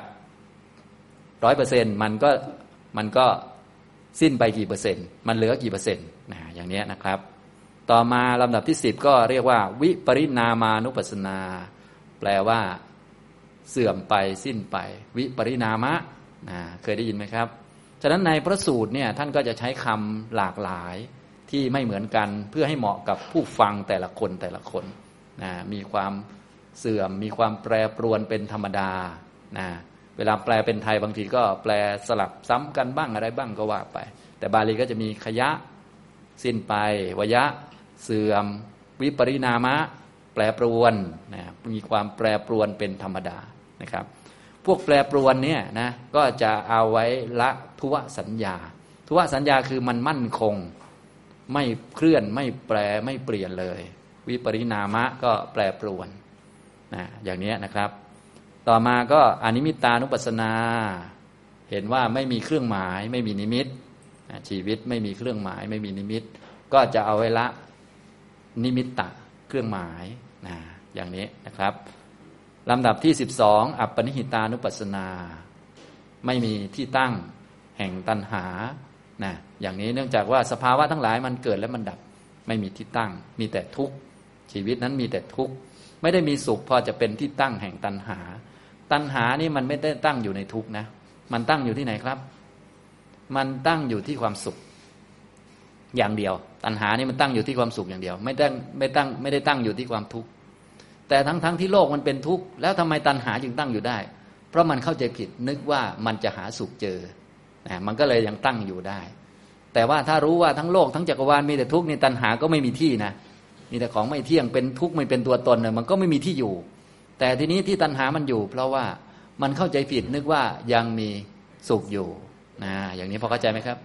S1: 100%มันก็สิ้นไปกี่เปอร์เซ็นต์มันเหลือกี่เปอร์เซ็นต์อย่างนี้นะครับต่อมาลำดับที่10ก็เรียกว่าวิปริณามานุปัสสนาแปลว่าเสื่อมไปสิ้นไปวิปริณามะเคยได้ยินไหมครับฉะนั้นในพระสูตรเนี่ยท่านก็จะใช้คำหลากหลายที่ไม่เหมือนกันเพื่อให้เหมาะกับผู้ฟังแต่ละคนมีความเสื่อมมีความแปรปรวนเป็นธรรมดาเวลาแปลเป็นไทยบางทีก็แปลสลับซ้ำกันบ้างอะไรบ้างก็ว่าไปแต่บาลีก็จะมีขยะสิ้นไปวยะเสื่อมวิปริณามะแปรปรวนมีความแปรปรวนเป็นธรรมดานะครับพวกแปรปรวนเนี่ยนะก็จะเอาไว้ละทุวสัญญาคือมันมั่นคงไม่เคลื่อนไม่แปรไม่เปลี่ยนเลยวิปริณามะก็แปรปรวนอย่างนี้นะครับต่อมาก็อนิมิตานุปัสสนาเห็นว่าไม่มีเครื่องหมายไม่มีนิมิตชีวิตไม่มีเครื่องหมายไม่มีนิมิตก็จะเอาไว้ละนิมิตตะเครื่องหมายอย่างนี้นะครับลำดับที่12อัปปนิหิตานุปัสสนาไม่มีที่ตั้งแห่งตัณหาอย่างนี้เนื่องจากว่าสภาวะทั้งหลายมันเกิดและมันดับไม่มีที่ตั้งมีแต่ทุกข์ชีวิตนั้นมีแต่ทุกข์ไม่ได้มีสุขพอจะเป็นที่ตั้งแห่งตัณหานี่มันไม่ได้ตั้งอยู่ในทุกข์นะมันตั้งอยู่ที่ไหนครับมันตั้งอยู่ที่ความสุขอย่างเดียวตัณหานี่มันตั้งอยู่ที่ความสุขอย่างเดียวไม่ได้ตั้งอยู่ที่ความทุกข์แต่ทั้งที่โลกมันเป็นทุกข์แล้วทำไมตัณหาจึงตั้งอยู่ได้เพราะมันเข้าใจผิดนึกว่ามันจะหาสุขเจอมันก็เลยยังตั้งอยู่ได้แต่ว่าถ้ารู้ว่าทั้งโลกทั้งจักรวาลมีแต่ทุกข์นี่ตัณหาก็ไม่มีที่นะมีแต่ของไม่เที่ยงเป็นทุกข์ไม่เป็นตัวตนเนี่ยมันก็ไม่มีที่อยู่แต่ทีนี้ที่ตัณหามันอยู่เพราะว่ามันเข้าใจผิดนึกว่ายังมีสุขอยู่อย่างนี้พอเข้าใจไหมครับ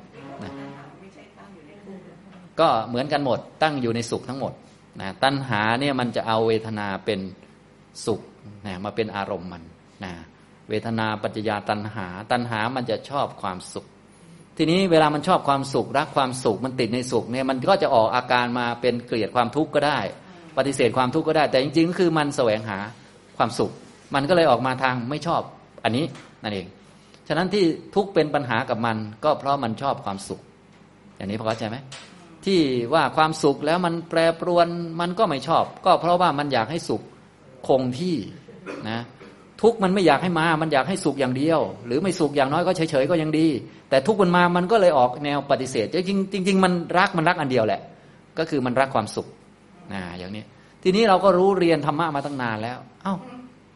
S1: ก็เหมือนกันหมดตั้งอยู่ในสุขทั้งหมดตัณหาเนี่ยมันจะเอาเวทนาเป็นสุขมาเป็นอารมณ์มันเวทนาปัจจยาตัณหามันจะชอบความสุขทีนี้เวลามันชอบความสุขรักความสุขมันติดในสุขเนี่ยมันก็จะออกอาการมาเป็นเกลียดความทุกข์ก็ได้ปฏิเสธความทุกข์ก็ได้แต่จริงๆก็คือมันแสวงหาความสุขมันก็เลยออกมาทางไม่ชอบอันนี้นั่นเองฉะนั้นที่ทุกข์เป็นปัญหากับมันก็เพราะมันชอบความสุขอย่างนี้พอเข้าใจไหมที่ว่าความสุขแล้วมันแปรปรวนมันก็ไม่ชอบก็เพราะว่ามันอยากให้สุขคงที่ทุกข์มันไม่อยากให้มันอยากให้สุขอย่างเดียวหรือไม่สุขอย่างน้อยก็เฉยๆก็ยังดีแต่ทุกข์มันก็เลยออกแนวปฏิเสธจริงมันรักอันเดียวแหละก็คือมันรักความสุขอย่างนี้ทีนี้เราก็รู้เรียนธรรมะมาตั้งนานแล้ว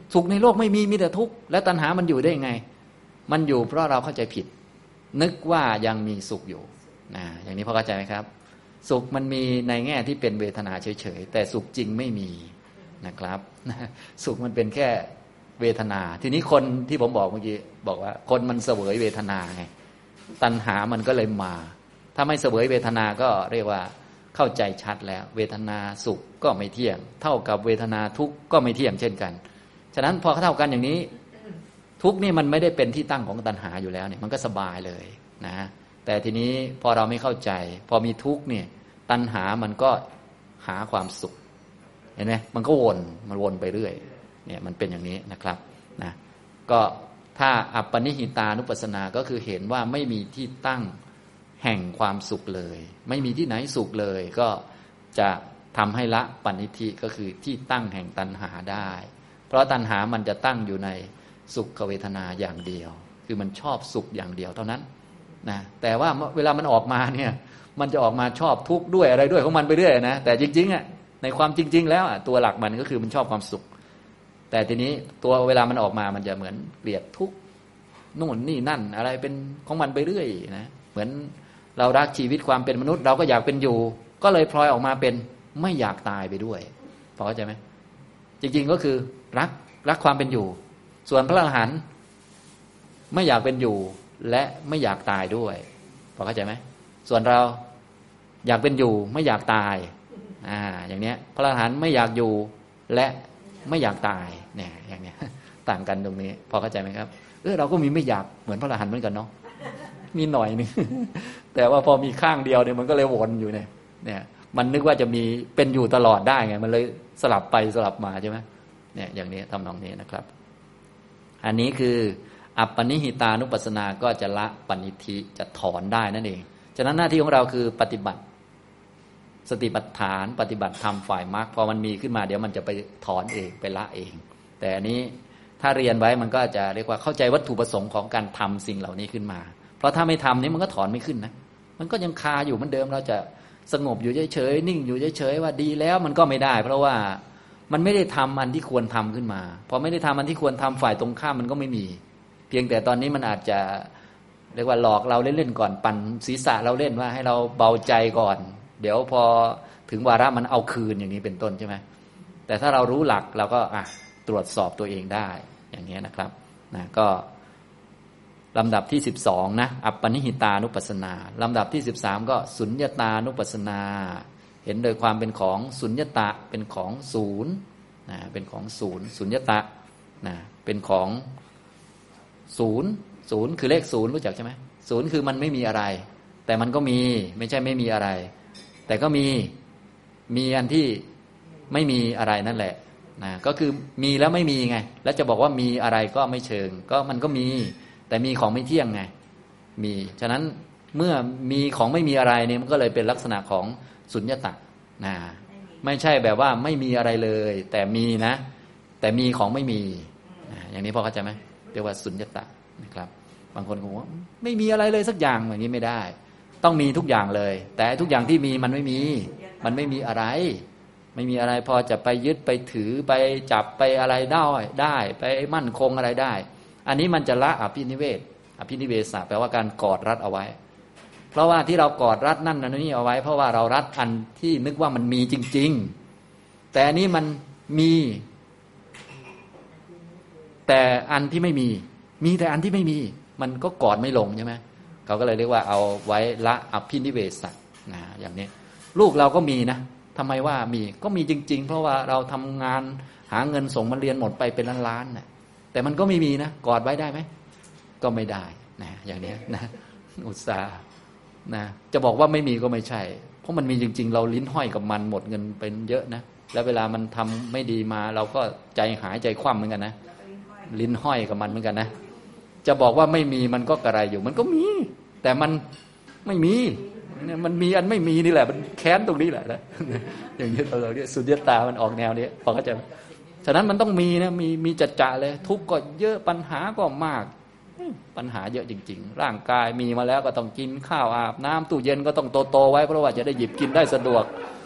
S1: สุขในโลกไม่มีมีแต่ทุกข์แล้วตัณหามันอยู่ได้ยังไงมันอยู่เพราะเราเข้าใจผิดนึกว่ายังมีสุขอยู่อย่างนี้พอเข้าใจไหมครับสุขมันมีในแง่ที่เป็นเวทนาเฉยๆแต่สุขจริงไม่มีนะครับสุขมันเป็นแค่เวทนาทีนี้คนที่ผมบอกเมื่อกี้บอกว่าคนมันเสวยเวทนาไงตัณหามันก็เลยมาถ้าไม่เสวยเวทนาก็เรียกว่าเข้าใจชัดแล้วเวทนาสุขก็ไม่เที่ยงเท่ากับเวทนาทุกข์ก็ไม่เที่ยงเช่นกันฉะนั้นพอเท่ากันอย่างนี้ทุกข์นี่มันไม่ได้เป็นที่ตั้งของตัณหาอยู่แล้วเนี่ยมันก็สบายเลยนะแต่ทีนี้พอเราไม่เข้าใจพอมีทุกข์เนี่ยตัณหามันก็หาความสุขเห็นไหมมันก็วนไปเรื่อยเนี่ยมันเป็นอย่างนี้นะครับนะก็ถ้าอัปปนิหิตานุปัสสนาก็คือเห็นว่าไม่มีที่ตั้งแห่งความสุขเลยไม่มีที่ไหนสุขเลยก็จะทำให้ละปณิธิก็คือที่ตั้งแห่งตัณหาได้เพราะตัณหามันจะตั้งอยู่ในสุขเวทนาอย่างเดียวคือมันชอบสุขอย่างเดียวเท่านั้นนะแต่ว่าเวลามันออกมาเนี่ยมันจะออกมาชอบทุกข์ด้วยอะไรด้วยของมันไปเรื่อยนะแต่จริงๆอ่ะในความจริงๆแล้วตัวหลักมันก็คือมันชอบความสุขแต่ทีนี้ตัวเวลามันออกมามันจะเหมือนเกลียดทุกข์นู่นนี่นั่นอะไรเป็นของมันไปเรื่อยนะเหมือนเรารักชีวิตความเป็นมนุษย์เราก็อยากเป็นอยู่ก็เลยพลอยออกมาเป็นไม่อยากตายไปด้วยพอเข้าใจไหมจริงๆก็คือรักความเป็นอยู่ส่วนพระอรหันต์ไม่อยากเป็นอยู่และไม่อยากตายด้วยพอเข้าใจไหมส่วนเราอยากเป็นอยู่ไม่อยากตายอย่างเนี้ยพระอรหันต์ไม่อยากอยู่และไม่อยากตายเนี่ยอย่างเนี้ยต่างกันตรงนี้พอเข้าใจไหมครับเราก็มีไม่อยากเหมือนพระอรหันต์เหมือนกันเนาะมีหน่อยนึง แต่ว่าพอมีข้างเดียวเนี่ยมันก็เลยวนอยู่เนี่ยมันนึกว่าจะมีเป็นอยู่ตลอดได้ไงมันเลยสลับไปสลับมาใช่ไหมเนี่ยอย่างนี้ทำนองนี้นะครับอันนี้คืออัปปนิหิตานุปัสสนาก็จะละปณิธิจะถอนได้นั่นเองฉะนั้นหน้าที่ของเราคือปฏิบัติสติปัฏฐานปฏิบัติธรรมฝ่ายมรรคพอมันมีขึ้นมาเดี๋ยวมันจะไปถอนเองไปละเองแต่อันนี้ถ้าเรียนไว้มันก็จะเรียกว่าเข้าใจวัตถุประสงค์ของการทำสิ่งเหล่านี้ขึ้นมาเพราะถ้าไม่ทำนี้มันก็ถอนไม่ขึ้นนะมันก็ยังคาอยู่เหมือนเดิมเราจะสงบอยู่เฉยๆนิ่งอยู่เฉยๆว่าดีแล้วมันก็ไม่ได้เพราะว่ามันไม่ได้ทำอันที่ควรทำขึ้นมาพอไม่ได้ทำอันที่ควรทำฝ่ายตรงข้ามมันก็ไม่มีเพียงแต่ตอนนี้มันอาจจะเรียกว่าหลอกเราเล่นๆก่อนปั่นศีรษะเราเล่นว่าให้เราเบาใจก่อนเดี๋ยวพอถึงวาระมันเอาคืนอย่างนี้เป็นต้นใช่ไหมแต่ถ้าเรารู้หลักเราก็ตรวจสอบตัวเองได้อย่างนี้นะครับนะก็ลำดับที่12นะอัปปนิหิตานุปัสสนาลำดับที่13ก็สุญญตานุปัสสนาเห็นโดยความเป็นของสุญญตะเป็นของศูนย์นะเป็นของศูนย์สุญญตะนะเป็นของศูนย์คือเลขศูนย์รู้จักใช่ไหมศูนย์คือมันไม่มีอะไรแต่มันก็มีไม่ใช่ไม่มีอะไรแต่ก็มีอันที่ไม่มีอะไรนั่นแหละนะก็คือมีแล้วไม่มีไงแล้วจะบอกว่ามีอะไรก็ไม่เชิงก็มันก็มีแต่มีของไม่เที่ยงไงมีฉะนั้นเมื่อมีของไม่มีอะไรเนี่ยมันก็เลยเป็นลักษณะของสุญญตะนะไม่ใช่แบบว่าไม่มีอะไรเลยแต่มีนะแต่มีของไม่มีอย่างนี้พอเข้าใจไหมเรียกว่าสุญญตะนะครับบางคนก็บอกว่าไม่มีอะไรเลยสักอย่างอย่างนี้ไม่ได้ต้องมีทุกอย่างเลยแต่ทุกอย่างที่มีมันไม่มีอะไรไม่มีอะไรพอจะไปยึดไปถือไปจับไปอะไรได้ไปมั่นคงอะไรได้อันนี้มันจะละอภินิเวศแปลว่าการกอดรัดเอาไว้เพราะว่าที่เรากอดรัดนั่นนี่เอาไว้เพราะว่าเรารัดอันที่นึกว่ามันมีจริงๆแต่อันนี้มันมีแต่อันที่ไม่มีแต่อันที่ไม่มีมันก็กอดไม่ลงใช่ไหมเขาก็เลยเรียกว่าเอาไว้ละอภินิเวศนะอย่างนี้ลูกเราก็มีนะทำไมว่ามีก็มีจริงๆเพราะว่าเราทำงานหาเงินส่งมันเรียนหมดไปเป็นล้านๆนะแต่มันก็ไม่มีนะกอดไว้ได้ไหมก็ไม่ได้นะอย่างนี้นะอุตส่าห์นะจะบอกว่าไม่มีก็ไม่ใช่เพราะมันมีจริงๆเราลิ้นห้อยกับมันหมดเงินเป็นเยอะนะแล้วเวลามันทำไม่ดีมาเราก็ใจหายใจคว่ำเหมือนกันนะลิ้นห้อยกับมันเหมือนกันนะจะบอกว่าไม่มีมันก็กระไรอยู่มันก็มีแต่มันไม่มีมันมีอันไม่มีนี่แหละมันแค้นตรงนี้แหละนะอย่างนี้เราเรียกสุญญตามันออกแนวนี้พอเข้าใจไหมฉะนั้นมันต้องมีนะมีจัดจ่าเลยทุกข์ก็เยอะปัญหาก็มากปัญหาเยอะจริงๆร่างกายมีมาแล้วก็ต้องกินข้าวอาบน้ำตู้เย็นก็ต้องโตๆไว้เพราะว่าจะได้หยิบกินได้สะดวก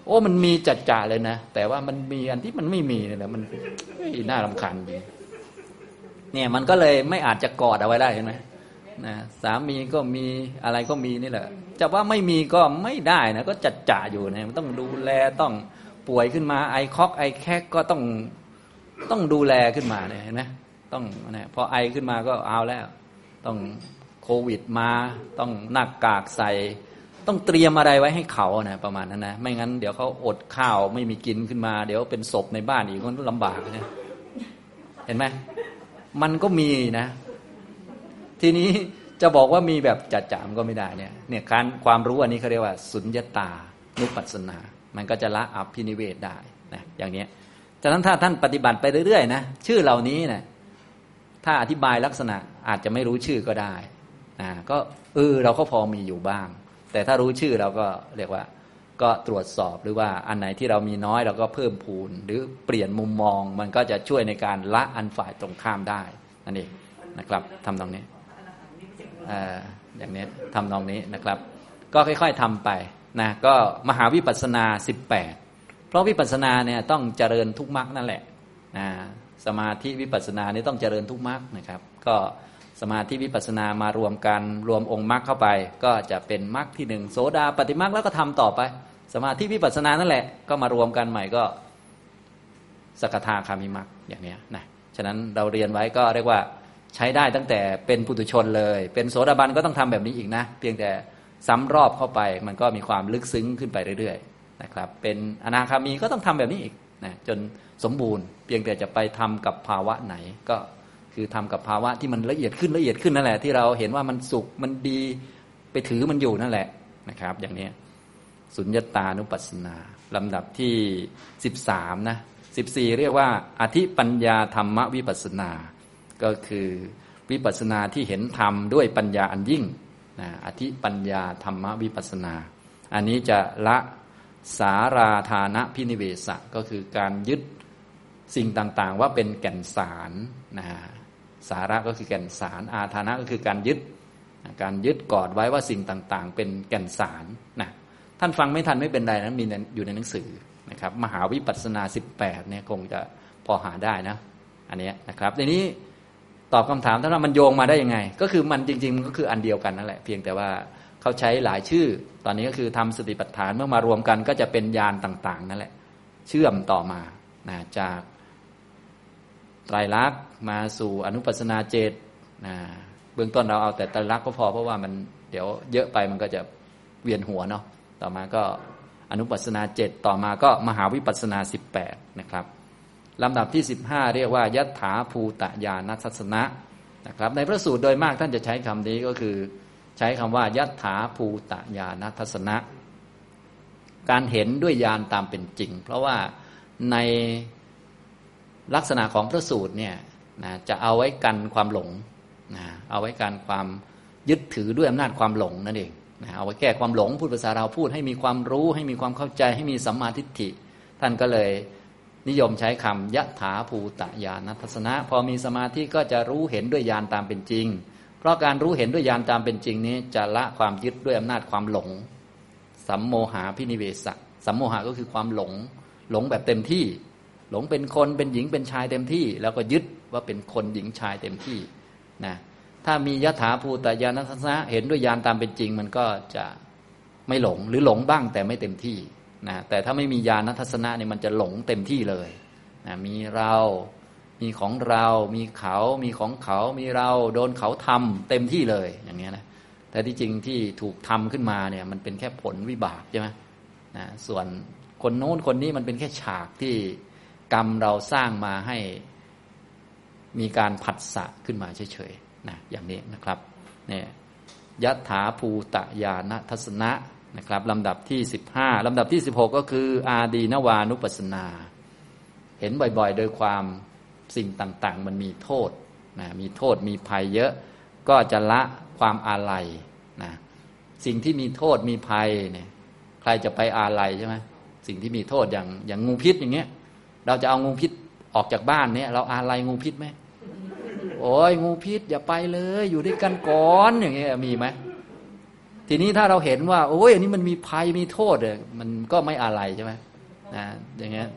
S1: โอ้มันมีจัดจ่าเลยนะแต่ว่ามันมีอันที่มันไม่มีนี่แหละมันน่ารำคาญจริงเนี่ยมันก็เลยไม่อาจจะกอดเอาไว้ได้เห็นไหมนะสามีก็มีอะไรก็มีนี่แหละจะว่าไม่มีก็ไม่ได้นะก็จัดจ่าอยู่นะมันต้องดูแลต้องป่วยขึ้นมาไอคอกไอแคกก็ต้องดูแลขึ้นมาเนี่ยเห็นไหมต้องนะพอไอขึ้นมาก็เอาแล้วต้องโควิดมาต้องหน้ากากใส่ต้องเตรียมอะไรไว้ให้เขานะประมาณนั้นนะไม่งั้นเดี๋ยวเขาอดข้าวไม่มีกินขึ้นมาเดี๋ยวเป็นศพในบ้านอีกคนลำบากนะเห็นไหมมันก็มีนะทีนี้จะบอกว่ามีแบบจัดจามก็ไม่ได้เนี่ยการความรู้อันนี้เขาเรียกว่าสุญญตานุปัสสนามันก็จะละอภินิเวศได้นะอย่างนี้ฉะนั้นถ้าท่านปฏิบัติไปเรื่อยๆนะชื่อเหล่านี้นะถ้าอธิบายลักษณะอาจจะไม่รู้ชื่อก็ได้นะก็เราก็พอมีอยู่บ้างแต่ถ้ารู้ชื่อเราก็เรียกว่าก็ตรวจสอบหรือว่าอันไหนที่เรามีน้อยเราก็เพิ่มพูนหรือเปลี่ยนมุมมองมันก็จะช่วยในการละอันฝ่ายตรงข้ามได้นั่นเองนะครับทำตรงนี้อย่างนี้ทำตรงนี้นะครับก็ค่อยๆทำไปนะก็มหาวิปัสสนา18เพราะวิปัสสนาเนี่ยต้องเจริญทุกมรรคนั่นแหละสมาธิวิปัสสนานี่ต้องเจริญทุกมรรคนะครับก็สมาธิวิปัสสนามารวมกันรวมองค์มรรคเข้าไปก็จะเป็นมรรคที่หนึ่งโสดาปัตติมรรคแล้วก็ทำต่อไปสมาธิวิปัสสนานั่นแหละก็มารวมกันใหม่ก็สกทาคามิมรรคอย่างนี้นะฉะนั้นเราเรียนไว้ก็เรียกว่าใช้ได้ตั้งแต่เป็นปุถุชนเลยเป็นโสดาบันก็ต้องทำแบบนี้อีกนะเพียงแต่ซ้ำรอบเข้าไปมันก็มีความลึกซึ้งขึ้นไปเรื่อยๆนะครับเป็นอนาคามีก็ต้องทำแบบนี้อีกนะจนสมบูรณ์เพียงแต่จะไปทำกับภาวะไหนก็คือทำกับภาวะที่มันละเอียดขึ้นนั่นแหละที่เราเห็นว่ามันสุขมันดีไปถือมันอยู่นั่นแหละนะครับอย่างนี้สุญญตานุปัสสนาลำดับที่13นะ14เรียกว่าอธิปัญญาธรรมวิปัสสนาก็คือวิปัสสนาที่เห็นธรรมด้วยปัญญาอันยิ่งนะอธิปัญญาธรรมวิปัสสนาอันนี้จะละสาราธานะพินิเวสะก็คือการยึดสิ่งต่างๆว่าเป็นแก่นสารนะสาระก็คือแก่นสารอาธานะก็คือการยึดกอดไว้ว่าสิ่งต่างๆเป็นแก่นสารนะท่านฟังไม่ทันไม่เป็นไรนะมีอยู่ในหนังสือนะครับมหาวิปัสสนา18เนี่ยคงจะพอหาได้นะอันนี้นะครับทีนี้ตอบคำถามท่านว่ามันโยงมาได้ยังไงก็คือมันจริงๆมันก็คืออันเดียวกันนั่นแหละเพียงแต่ว่าเขาใช้หลายชื่อตอนนี้ก็คือทำสติปัฏฐานเมื่อมารวมกันก็จะเป็นญาณต่างๆนั่นแหละเชื่อมต่อมานะจากไตรลักษณ์มาสู่อนุปัสสนา7นะเบื้องต้นเราเอาแต่ไตรลักษณ์ก็พอเพราะว่ามันเดี๋ยวเยอะไปมันก็จะเวียนหัวเนาะต่อมาก็อนุปัสสนา7ต่อมาก็มหาวิปัสสนา18นะครับลำดับที่15เรียกว่ายัตถาภูตญาณทัสสนะนะครับในพระสูตรโดยมากท่านจะใช้คำนี้ก็คือใช้คำว่ายัตถาภูตญาณทัสสนะการเห็นด้วยญาณตามเป็นจริงเพราะว่าในลักษณะของพระสูตรเนี่ยนะจะเอาไว้กันความหลงนะเอาไว้กันความยึดถือด้วยอำนาจความหลงนั่นเองนะเอาไว้แก้ความหลงพูดภาษาเราพูดให้มีความรู้ให้มีความเข้าใจให้มีสัมมาทิฏฐิท่านก็เลยนิยมใช้คำยะถาภูตญาณทัสสนะพอมีสมาธิก็จะรู้เห็นด้วยญาณตามเป็นจริงเพราะการรู้เห็นด้วยญาณตามเป็นจริงนี้จะละความยึดด้วยอำนาจความหลงสัมโมหะพินิเวสะสัมโมหะก็คือความหลงแบบเต็มที่หลงเป็นคนเป็นหญิงเป็นชายเต็มที่แล้วก็ยึดว่าเป็นคนหญิงชายเต็มที่นะถ้ามียถาภูตญาณทัสสนะเห็นด้วยญาณตามเป็นจริงมันก็จะไม่หลงหรือหลงบ้างแต่ไม่เต็มที่นะแต่ถ้าไม่มีญาณทัสสนะเนี่ยมันจะหลงเต็มที่เลยนะมีเรามีของเรามีเขามีของเขามีเราโดนเขาทำเต็มที่เลยอย่างเงี้ยนะแต่ที่จริงที่ถูกทำขึ้นมาเนี่ยมันเป็นแค่ผลวิบากใช่ไหมนะส่วนคนโน้นคนนี้มันเป็นแค่ฉากที่กรรมเราสร้างมาให้มีการผัสสะขึ้นมาเฉยๆนะอย่างนี้นะครับเนี่ยยัตถาภูตญาณทัสสนะนะครับลำดับที่15ลำดับที่16ก็คืออาดีนวานุปัสสนาเห็นบ่อยๆโดยความสิ่งต่างๆมันมีโทษนะมีโทษมีภัยเยอะก็จะละความอาลัยนะสิ่งที่มีโทษมีภัยเนี่ยใครจะไปอาลัยใช่ไหมสิ่งที่มีโทษอย่างงูพิษอย่างเงี้ยเราจะเอางูพิษออกจากบ้านเนี่ยเราอาลัยงูพิษไหมโอ้ยงูพิษอย่าไปเลยอยู่ด้วยกันก่อนอย่างเงี้ยมีไหมทีนี้ถ้าเราเห็นว่าโอ้ยอันนี้มันมีภัยมีโทษเนี่ยมันก็ไม่อะไรใช่ไหมนะอย่างเงี้ย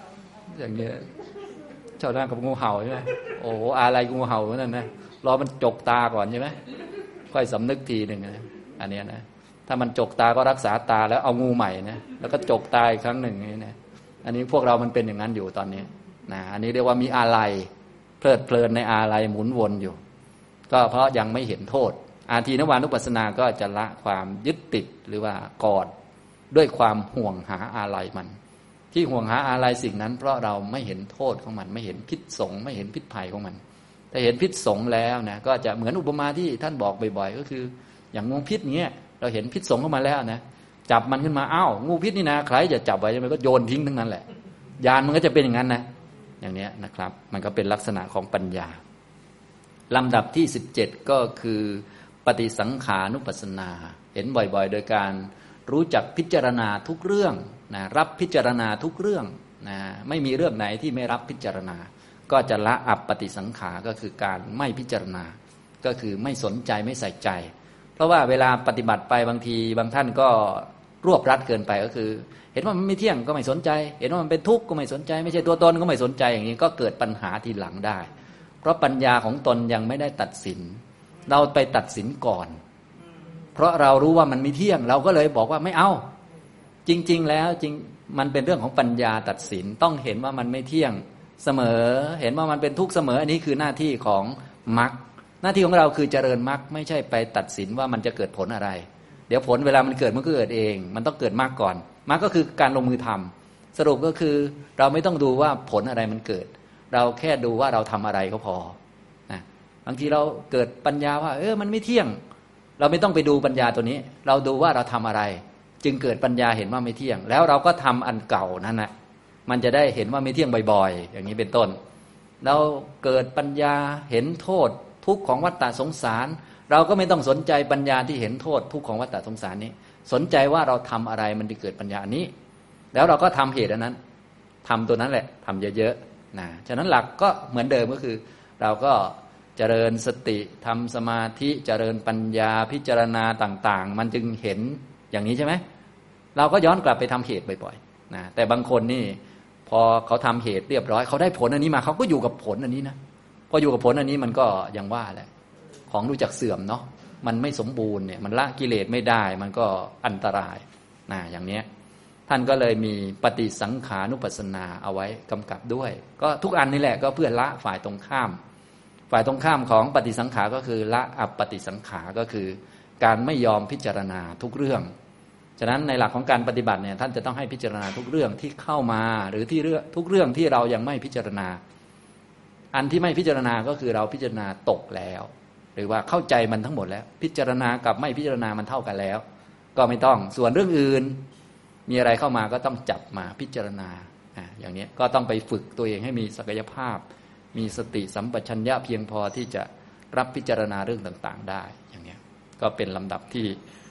S1: ชาวนากับงูเห่าใช่ไหมโอ้โหอะไรงูเห่านั่นนะรอมันจกตาก่อนใช่ไหมค่อยสำนึกทีหนึ่งนะอันนี้นะถ้ามันจกตาก็รักษาตาแล้วเอางูใหม่นะแล้วก็จกตาอีกครั้งหนึ่งนี่นะอันนี้พวกเรามันเป็นอย่างนั้นอยู่ตอนนี้นะอันนี้เรียกว่ามีอะไรเพลิดเพลินในอะไรหมุนวนอยู่ก็เพราะยังไม่เห็นโทษอาทีนวานุปัสสนาก็จะละความยึดติดหรือว่ากอดด้วยความห่วงหาอะไรมันที่ห่วงหาอะไรสิ่งนั้นเพราะเราไม่เห็นโทษของมันไม่เห็นพิษสงไม่เห็นพิษภัยของมันแต่เห็นพิษสงแล้วนะก็จะเหมือนอุปมาที่ท่านบอกบ่อยๆก็คืออย่างงูพิษเงี้ยเราเห็นพิษสงเข้ามาแล้วนะจับมันขึ้นมาอ้าวงูพิษนี่นะใครจะจับไว้มันก็โยนทิ้งทั้งนั้นแหละญาณมันก็จะเป็นอย่างนั้นนะอย่างนี้นะครับมันก็เป็นลักษณะของปัญญาลำดับที่17ก็คือปฏิสังขานุปัสสนาเห็นบ่อยๆโดยการรู้จักพิจารณาทุกเรื่องนะรับพิจารณาทุกเรื่องนะไม่มีเรื่องไหนที่ไม่รับพิจารณาก็จะละอัปปฏิสังขาก็คือการไม่พิจารณาก็คือไม่สนใจไม่ใส่ใจเพราะว่าเวลาปฏิบัติไปบางทีบางท่านก็รวบรัดเกินไปก็คือเห็นว่ามันไม่เที่ยงก็ไม่สนใจเห็นว่ามันเป็นทุกข์ก็ไม่สนใจไม่ใช่ตัวตนก็ไม่สนใจอย่างนี้ก็เกิดปัญหาทีหลังได้เพราะปัญญาของตนยังไม่ได้ตัดสินเราไปตัดสินก่อนเพราะเรารู้ว่ามันไม่เที่ยงเราก็เลยบอกว่าไม่เอาจริงๆแล้วจริงมันเป็นเรื่องของปัญญาตัดสินต้องเห็นว่ามันไม่เที่ยงเสมอเห็นว่ามันเป็นทุกข์เสมออันนี้คือหน้าที่ของมรรคหน้าที่ของเราคือเจริญมรรคไม่ใช่ไปตัดสินว่ามันจะเกิดผลอะไรเดี๋ยวผลเวลามันเกิดมันก็เกิดเองมันต้องเกิดมรรคก่อนมรรคก็คือการลงมือทำสรุปก็คือเราไม่ต้องดูว่าผลอะไรมันเกิดเราแค่ดูว่าเราทำอะไรก็พอนะบางทีเราเกิดปัญญาว่ามันไม่เที่ยงเราไม่ต้องไปดูปัญญาตัวนี้เราดูว่าเราทำอะไรจึงเกิดปัญญาเห็นว่าไม่เที่ยงแล้วเราก็ทำอันเก่านั่นนะมันจะได้เห็นว่าไม่เที่ยงบ่อยๆอย่างนี้เป็นต้นเราเกิดปัญญาเห็นโทษทุกข์ของวัฏฏะสงสารเราก็ไม่ต้องสนใจปัญญาที่เห็นโทษทุกข์ของวัฏฏะสงสารนี้สนใจว่าเราทำอะไรมันจะเกิดปัญญาอันนี้แล้วเราก็ทำเหตุอันนั้นทำตัวนั้นแหละทำเยอะๆนะฉะนั้นหลักก็เหมือนเดิมก็คือเราก็เจริญสติทำสมาธิเจริญปัญญาพิจารณาต่างๆมันจึงเห็นอย่างนี้ใช่ไหมเราก็ย้อนกลับไปทำเหตุบ่อยๆนะแต่บางคนนี่พอเขาทำเหตุเรียบร้อยเขาได้ผลอันนี้มาเขาก็อยู่กับผลอันนี้นะพออยู่กับผลอันนี้มันก็ยังว่าแหละของรู้จักเสื่อมเนาะมันไม่สมบูรณ์เนี่ยมันละกิเลสไม่ได้มันก็อันตรายนะอย่างเนี้ยท่านก็เลยมีปฏิสังขานุปัสสนาเอาไว้กำกับด้วยก็ทุกอันนี่แหละก็เพื่อละฝ่ายตรงข้ามฝ่ายตรงข้ามของปฏิสังขาก็คือละอัปปฏิสังขาก็คือการไม่ยอมพิจารณาทุกเรื่องฉะนั้นในหลักของการปฏิบัติเนี่ยท่านจะต้องให้พิจารณาทุกเรื่องที่เข้ามาหรือที่ทุกเรื่องที่เรายังไม่พิจารณาอันที่ไม่พิจารณาก็คือเราพิจารณาตกแล้วหรือว่าเข้าใจมันทั้งหมดแล้วพิจารณากับไม่พิจารณามันเท่ากันแล้วก็ไม่ต้องส่วนเรื่องอื่นมีอะไรเข้ามาก็ต้องจับมาพิจารณาอย่างนี้ก็ต้องไปฝึกตัวเองให้มีศักยภาพมีสติสัมปชัญญะเพียงพอที่จะรับพิจารณาเรื่องต่างๆได้อย่างนี้ก็เป็นลำดับที่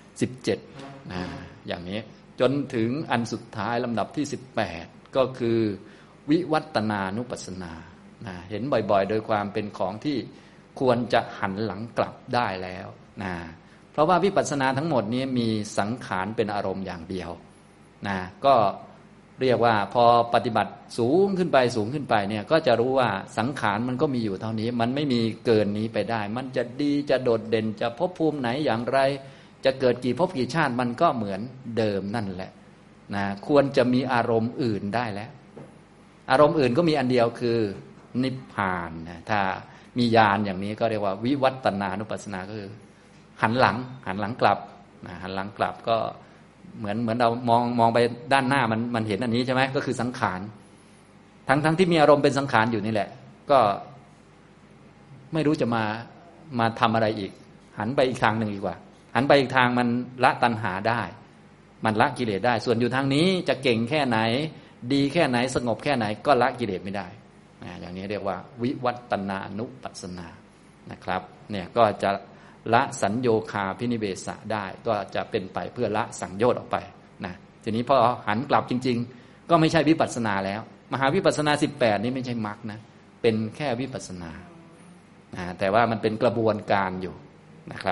S1: 17อย่างนี้จนถึงอันสุดท้ายลำดับที่18ก็คือวิวัตนานุปัสสนาเห็นบ่อยๆโดยความเป็นของที่ควรจะหันหลังกลับได้แล้วเพราะว่าวิปัสสนาทั้งหมดนี้มีสังขารเป็นอารมณ์อย่างเดียวก็เรียกว่าพอปฏิบัติสูงขึ้นไปสูงขึ้นไปเนี่ยก็จะรู้ว่าสังขารมันก็มีอยู่เท่านี้มันไม่มีเกินนี้ไปได้มันจะดีจะโดดเด่นจะภพภูมิไหนอย่างไรจะเกิดกี่ภพกี่ชาติมันก็เหมือนเดิมนั่นแหละควรจะมีอารมณ์อื่นได้แล้วอารมณ์อื่นก็มีอันเดียวคือนิพพานถ้ามีญาณอย่างนี้ก็เรียกว่าวิวัตนานุปัสสนาก็คือหันหลังกลับหันหลังกลับก็เหมือนเรามองไปด้านหน้ามันเห็นอันนี้ใช่ไหมก็คือสังขารทั้งที่มีอารมณ์เป็นสังขารอยู่นี่แหละก็ไม่รู้จะมาทำอะไรอีกหันไปอีกทางหนึ่งดีกว่าหันไปอีกทางมันละตัณหาได้มันละกิเลสได้ส่วนอยู่ทางนี้จะเก่งแค่ไหนดีแค่ไหนสงบแค่ไหนก็ละกิเลสไม่ได้อย่างนี้เรียกว่าวิวัตนานุปัสสนานะครับเนี่ยก็จะละสัญโยคาพินิเวสะได้ก็จะเป็นไปเพื่อละสังโยชน์ออกไปทีนี้พอหันกลับจริงๆก็ไม่ใช่วิปัสสนาแล้วมหาวิปัสสนา18นี้ไม่ใช่มรรคนะเป็นแค่วิปัสสนาแต่ว่ามันเป็นกระบวนการอยู่นะครับ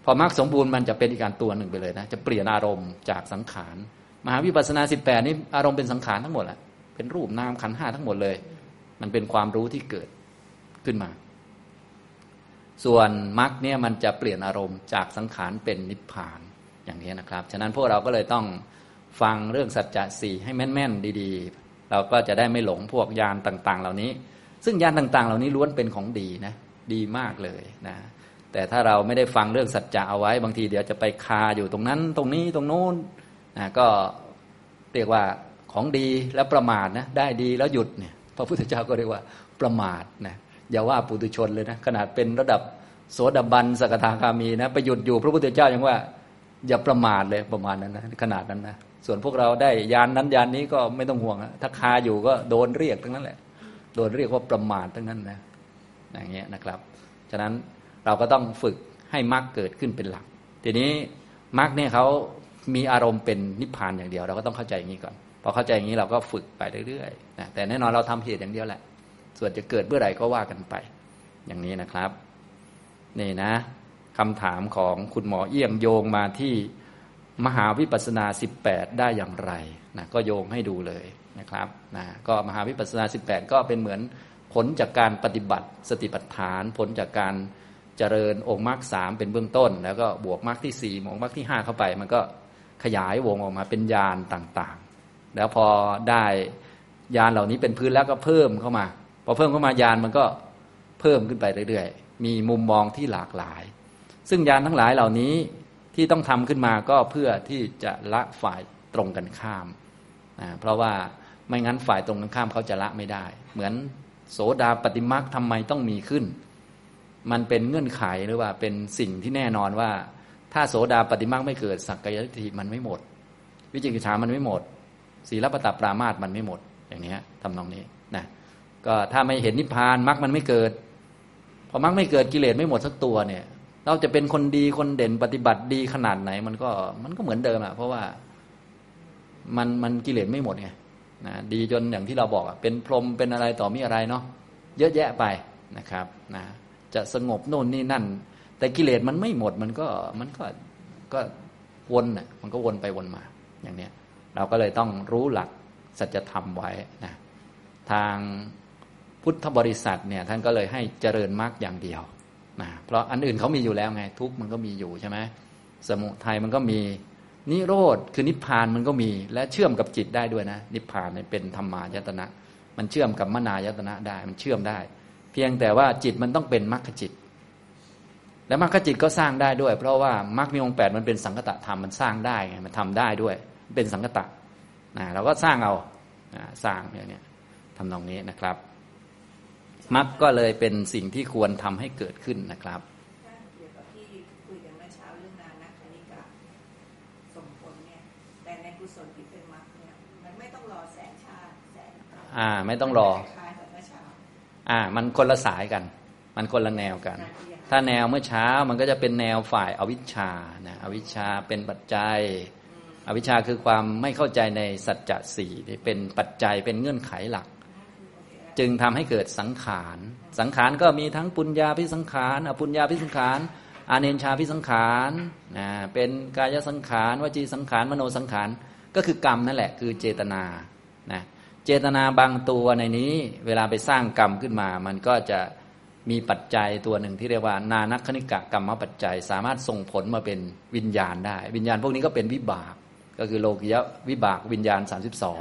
S1: พอมรรคสมบูรณ์มันจะเป็นอีกการตัวหนึ่งไปเลยนะจะเปลี่ยนอารมณ์จากสังขารมหาวิปัสสนา18นี่อารมณ์เป็นสังขารทั้งหมดแหละเป็นรูปนามขันธ์5ทั้งหมดเลยมันเป็นความรู้ที่เกิดขึ้นมาส่วนมรรคเนี่ยมันจะเปลี่ยนอารมณ์จากสังขารเป็นนิพพานอย่างนี้นะครับฉะนั้นพวกเราก็เลยต้องฟังเรื่องสัจจะสี่ให้แม่นๆดีๆเราก็จะได้ไม่หลงพวกญาณต่างๆเหล่านี้ซึ่งญาณต่างๆเหล่านี้ล้วนเป็นของดีนะดีมากเลยนะแต่ถ้าเราไม่ได้ฟังเรื่องสัจจะเอาไว้บางทีเดี๋ยวจะไปคาอยู่ตรงนั้นตรงนี้ตรงโน้นนะก็เรียกว่าของดีแล้วประมาทนะได้ดีแล้วหยุดเนี่ยพระพุทธเจ้าก็เรียกว่าประมาทนะอย่าว่าปุถุชนเลยนะขนาดเป็นระดับโสดาบันสกทาคามีนะไปหยุดอยู่พระพุทธเจ้ายังว่าอย่าประมาทเลยประมาณนั้นนะขนาดนั้นนะส่วนพวกเราได้ญาณนั้นญาณนี้ก็ไม่ต้องห่วงถ้าคาอยู่ก็โดนเรียกทั้งนั้นแหละโดนเรียกว่าประมาททั้งนั้นนะอย่างเงี้ยนะครับฉะนั้นเราก็ต้องฝึกให้มรรคเกิดขึ้นเป็นหลักทีนี้มรรคเนี่ยเขามีอารมณ์เป็นนิพพานอย่างเดียวเราก็ต้องเข้าใจอย่างนี้ก่อนพอเข้าใจอย่างนี้เราก็ฝึกไปเรื่อยๆนะแต่แน่นอนเราทำเหตุอย่างเดียวแหละส่วนจะเกิดเมื่อไหร่ก็ว่ากันไปอย่างนี้นะครับนี่นะคำถามของคุณหมอเอี้ยงโยงมาที่มหาวิปัสสนา18ได้อย่างไรนะก็โยงให้ดูเลยนะครับนะก็มหาวิปัสสนา18ก็เป็นเหมือนผลจากการปฏิบัติสติปัฏฐานผลจากการเจริญองค์มรรค3เป็นเบื้องต้นแล้วก็บวกมรรคที่4บวกมรรคที่5เข้าไปมันก็ขยายวงออกมาเป็นญาณต่างๆแล้วพอได้ญาณเหล่านี้เป็นพื้นแล้วก็เพิ่มเข้ามาพอเพิ่มเข้ามาญาณมันก็เพิ่มขึ้นไปเรื่อยๆมีมุมมองที่หลากหลายซึ่งญาณทั้งหลายเหล่านี้ที่ต้องทำขึ้นมาก็เพื่อที่จะละฝ่ายตรงกันข้ามเพราะว่าไม่งั้นฝ่ายตรงกันข้ามเขาจะละไม่ได้เหมือนโสดาปัตติมรรคทำไมต้องมีขึ้นมันเป็นเงื่อนไขหรือว่าเป็นสิ่งที่แน่นอนว่าถ้าโสดาปัตติมรรคไม่เกิดสักกายทิฏฐิมันไม่หมดวิจิกิจฉามันไม่หมดศีลปตปรามาสมันไม่หมดอย่างนี้ทำนองนี้นะก็ถ้าไม่เห็นนิพพานมรรคมันไม่เกิดพอมรรคไม่เกิดกิเลสไม่หมดสักตัวเนี่ยเราจะเป็นคนดีคนเด่นปฏิบัติดีขนาดไหนมันก็เหมือนเดิมเพราะว่ามันกิเลสไม่หมดไงนะดีจนอย่างที่เราบอกเป็นพรหมเป็นอะไรต่อมีอะไรเนาะเยอะแยะไปนะครับนะจะสงบโน่นนี่นั่นแต่กิเลสมันไม่หมดมันก็วนมันก็วนไปวนมาอย่างเนี้ยเราก็เลยต้องรู้หลักสัจธรรมไว้นะทางพุทธบริษัทเนี่ยท่านก็เลยให้เจริญมรรคอย่างเดียวนะเพราะอันอื่นเขามีอยู่แล้วไงทุกข์มันก็มีอยู่ใช่ไหมสมุทัยมันก็มีนิโรธคือนิพพานมันก็มีและเชื่อมกับจิตได้ด้วยนะนิพพานเนี่ยเป็นธรรมายตนะมันเชื่อมกับมนายตนะได้มันเชื่อมได้เพียงแต่ว่าจิตมันต้องเป็นมรรคจิตและมรรคจิตก็สร้างได้ด้วยเพราะว่ามรรคมีองค์8มันเป็นสังคตธรรมมันสร้างได้ไงมันทำได้ด้วยเป็นสังคตะเราก็สร้างเอาสร้างอย่างนี้ทำนองนี้นะครับมรรคก็เลยเป็นสิ่งที่ควรทำให้เกิดขึ้นนะครับ
S2: เกี่ยวกับที่คุยกันเมื่อเช้าเรื่องนานักคณิกาส่งผลเนี่ยแต่ในกุศลที่เป็นมรรคเนี่ยมันไม่ต้องรอแสนชาติ
S1: ไม่ต้องรอมันคนละสายกันมันคนละแนวกันถ้าแนวเมื่อเช้ามันก็จะเป็นแนวฝ่ายอวิชชานะอวิชชาเป็นปัจจัยอวิชชาคือความไม่เข้าใจในสัจจะสี่ที่เป็นปัจจัยเป็นเงื่อนไขหลักจึงทำให้เกิดสังขารสังขารก็มีทั้งปุญญาภิสังขารอปุญญาภิสังขารอาเนญชาภิสังขารเป็นกายสังขารวจีสังขารมโนสังขารก็คือกรรมนั่นแหละคือเจตนานะเจตนาบางตัวในนี้เวลาไปสร้างกรรมขึ้นมามันก็จะมีปัจจัยตัวหนึ่งที่เรียกว่านานัคคณิกะกรรมปัจจัยสามารถส่งผลมาเป็นวิญญาณได้วิญญาณพวกนี้ก็เป็นวิบากก็คือโลกิยะวิบากวิญญาณ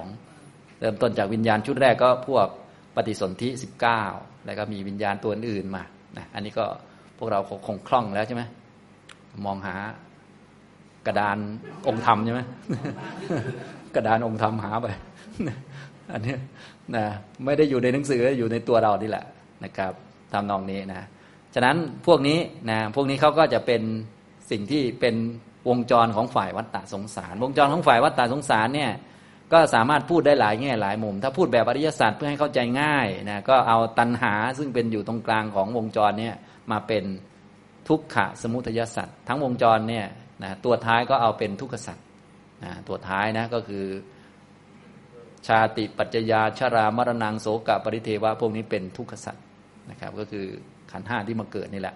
S1: 32เริ่มต้นจากวิญญาณชุดแรกก็พวกปฏิสนธิ19แล้วก็มีวิญญาณตัวอื่นมานะอันนี้ก็พวกเราคงคล่องแล้วใช่ไหมมองหากระดานองค์ธรรมใช่ไหมกระดานองค์ธรรมหาไปอันนี้นะไม่ได้อยู่ในหนังสืออยู่ในตัวเรานี่แหละนะครับทำนองนี้นะฉะนั้นพวกนี้เขาก็จะเป็นสิ่งที่เป็นวงจรของฝ่ายวัฏฏะสงสารวงจรของฝ่ายวัฏฏะสงสารเนี่ยก็สามารถพูดได้หลายแง่หลายมุมถ้าพูดแบบอริยสัจเพื่อให้เข้าใจง่ายนะก็เอาตัณหาซึ่งเป็นอยู่ตรงกลางของวงจรเนี่ยมาเป็นทุกขะสมุทัยสัจทั้งวงจรเนี่ยนะตัวท้ายก็เอาเป็นทุกขสัจนะตัวท้ายนะก็คือชาติปัจจยาชรามรณังโสกะปริเทวะพวกนี้เป็นทุกขสัจนะครับก็คือขันธ์5ที่มาเกิดนี่แหละ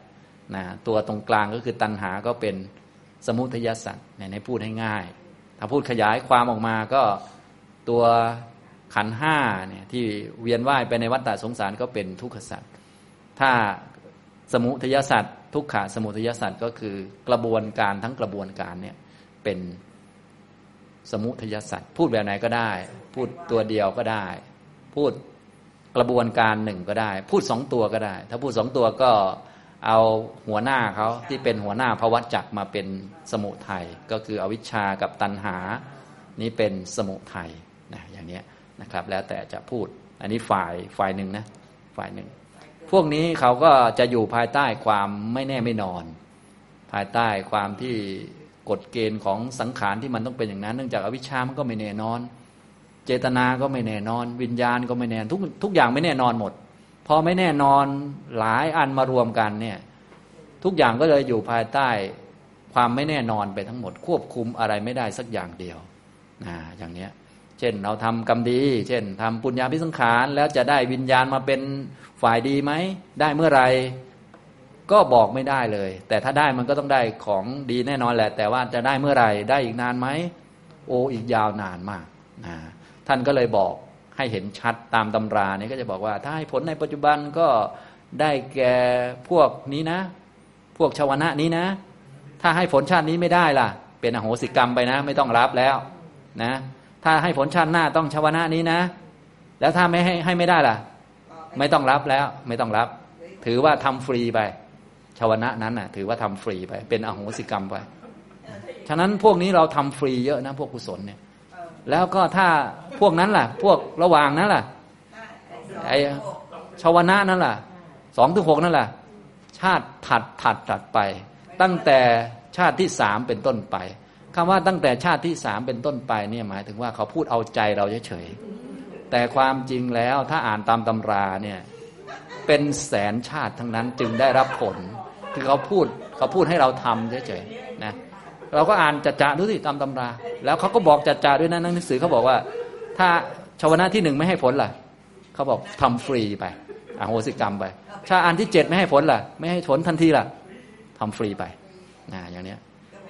S1: นะตัวตรงกลางก็คือตัณหาก็เป็นสมุทัยสัตว์ในพูดให้ง่ายถ้าพูดขยายความออกมาก็ตัวขันธ์ห้าเนี่ยที่เวียนว่ายไปในวัฏฏะสงสารก็เป็นทุกขสัตว์ถ้าสมุทัยสัตว์ทุกขะสมุทัยสัตว์ก็คือกระบวนการทั้งกระบวนการเนี่ยเป็นสมุทัยสัตว์พูดแบบไหนก็ได้พูดตัวเดียวก็ได้พูดกระบวนการหนึ่งก็ได้พูดสองตัวก็ได้ถ้าพูดสองตัวก็เอาหัวหน้าเขาที่เป็นหัวหน้าภวจักรมาเป็นสมุทัยก็คืออวิชชากับตัณหานี่เป็นสมุทัยนะอย่างนี้นะครับแล้วแต่จะพูดอันนี้ฝ่ายหนึ่งนะฝ่ายหนึ่งพวกนี้เขาก็จะอยู่ภายใต้ความไม่แน่ไม่นอนภายใต้ความที่กฎเกณฑ์ของสังขารที่มันต้องเป็นอย่างนั้นเนื่องจากอวิชชามันก็ไม่แน่นอนเจตนาก็ไม่แน่นอนวิญญาณก็ไม่แน่ทุกอย่างไม่แน่นอนหมดพอไม่แน่นอนหลายอันมารวมกันเนี่ยทุกอย่างก็เลยอยู่ภายใต้ความไม่แน่นอนไปทั้งหมดควบคุมอะไรไม่ได้สักอย่างเดียวอย่างเนี้ยเช่นเราทำกรรมดีเช่นทำปุญญาภิสังขารแล้วจะได้วิญญาณมาเป็นฝ่ายดีไหมได้เมื่อไหร่ก็บอกไม่ได้เลยแต่ถ้าได้มันก็ต้องได้ของดีแน่นอนแหละแต่ว่าจะได้เมื่อไหร่ได้อีกนานไหมโอ้อีกยาวนานมากท่านก็เลยบอกให้เห็นชัดตามตำราเนี่ยก็จะบอกว่าถ้าให้ผลในปัจจุบันก็ได้แก่พวกนี้นะพวกชาวนะนี้นะถ้าให้ผลชาตินี้ไม่ได้ล่ะเป็นอโหสิกรรมไปนะไม่ต้องรับแล้วนะถ้าให้ผลชาติหน้าต้องชาวนะนี้นะแล้วถ้าไม่ให้ไม่ได้ล่ะไม่ต้องรับแล้วไม่ต้องรับถือว่าทำฟรีไปชาวนะนั้นน่ะถือว่าทำฟรีไปเป็นอโหสิกรรมไปฉะนั้นพวกนี้เราทำฟรีเยอะนะพวกกุศลเนี่ยแล้วก็ถ้าพวกนั้นล่ะพวกระหว่างนั้นล่ะไอ้ชาวนะนั่นล่ะ2-6นั่นล่ะชาติถัดไปตั้งแต่ชาติที่3เป็นต้นไปคำว่าตั้งแต่ชาติที่3เป็นต้นไปเนี่ยหมายถึงว่าเขาพูดเอาใจเราเฉยๆแต่ความจริงแล้วถ้าอ่านตามตำราเนี่ยเป็นแสนชาติทั้งนั้นจึงได้รับผลคือเขาพูดให้เราทำเฉยๆนะเราก็อ่านจัจจะดูสิตามตำราแล้วเขาก็บอกจัจจะด้วยนะหนังสือเขาบอกว่าถ้าชาวนะที่1ไม่ให้ผลล่ะเขาบอกทำฟรีไปอโหสิกรรมไปชาอันที่7ไม่ให้ผลล่ะไม่ให้ผลทันทีล่ะทำฟรีไปอย่างเนี้ย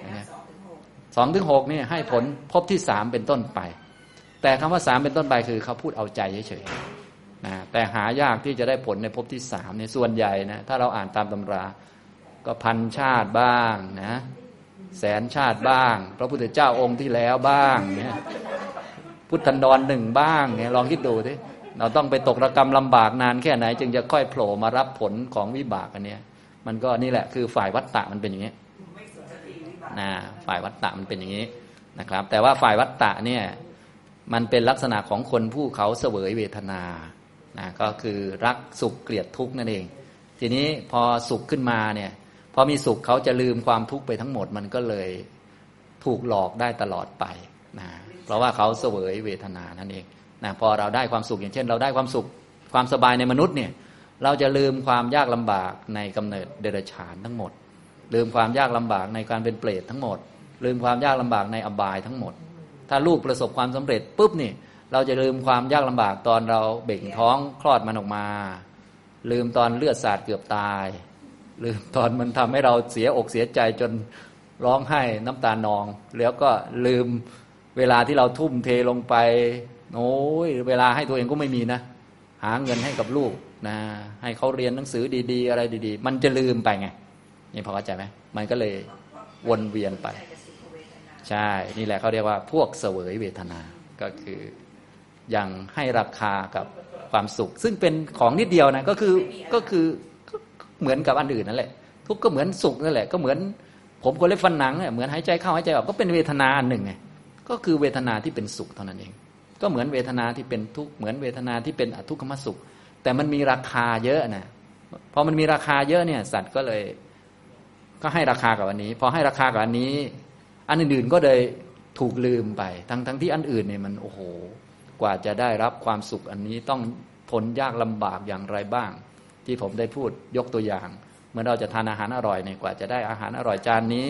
S1: 2-6นี่ให้ผลพบที่3เป็นต้นไปแต่คำว่า3เป็นต้นไปคือเขาพูดเอาใจเฉยๆแต่หายากที่จะได้ผลในพบที่3เนี่ยส่วนใหญ่นะถ้าเราอ่านตามตำราก็1,000 ชาติบ้างนะแสนชาติบ้างพระพุทธเจ้าองค์ที่แล้วบ้างเนี่ยพุทธันดร1บ้างเนี่ยลองคิดดูสิเราต้องไปตกระกรรมลำบากนานแค่ไหนจึงจะค่อยโผล่มารับผลของวิบากอันเนี้ยมันก็นี่แหละคือฝ่ายวัฏฏะมันเป็นอย่างนี้ฝ่ายวัฏฏะมันเป็นอย่างนี้นะครับแต่ว่าฝ่ายวัฏฏะเนี่ยมันเป็นลักษณะของคนผู้เขาเสวยเวทนาก็คือรักสุขเกลียดทุกข์นั่นเองทีนี้พอสุขขึ้นมาเนี่ยพอมีสุขเขาจะลืมความทุกข์ไปทั้งหมดมันก็เลยถูกหลอกได้ตลอดไปเพราะว่าเขาเสวยเวทนานั่นเองพอเราได้ความสุขอย่างเช่นเราได้ความสุขความสบายในมนุษย์เนี่ยเราจะลืมความยากลำบากในกำเนิดเดรัจฉานทั้งหมดลืมความยากลำบากในการเป็นเปรตทั้งหมดลืมความยากลำบากในอบายทั้งหมดถ้าลูกประสบความสำเร็จปุ๊บนี่เราจะลืมความยากลำบากตอนเราเบ่งท้องคลอดมันออกมาลืมตอนเลือดสาดเกือบตายลืมตอนมันทำให้เราเสียอกเสียใจจนร้องไห้น้ำตานองแล้วก็ลืมเวลาที่เราทุ่มเทลงไปโอ้ยเวลาให้ตัวเองก็ไม่มีนะหาเงินให้กับลูกนะให้เขาเรียนหนังสือดีๆอะไรดีๆมันจะลืมไปไงนี่พอเข้าใจไหมมันก็เลยวนเวียนไปใช่นี่แหละเขาเรียกว่าพวกเสวยเวทนาก็คือยังให้ราคากับความสุขซึ่งเป็นของนิดเดียวนะก็คือเหมือนกับอันอื่นนั่นแหละทุกข์ก็เหมือนสุขนั่นแหละก็เหมือนผมคนเล็บฟันหนังเนี่ยเหมือนหายใจเข้าหายใจออกก็เป็นเวทนาอันหนึ่งไงก็คือเวทนาที่เป็นสุขเท่านั้นเองก็เหมือนเวทนาที่เป็นทุกข์เหมือนเวทนาที่เป็นอทุกขมสุขแต่มันมีราคาเยอะนะพอมันมีราคาเยอะเนี่ยสัตว์ก็เลยก็ให้ราคากับอันนี้พอให้ราคากับอันนี้อันอื่นๆก็เลยถูกลืมไปทั้งที่อันอื่นเนี่ยมันโอ้โหกว่าจะได้รับความสุขอันนี้ต้องทนยากลำบากอย่างไรบ้างที่ผมได้พูดยกตัวอย่างเมื่อเราจะทานอาหารอร่อยเนี่ยกว่าจะได้อาหารอร่อยจานนี้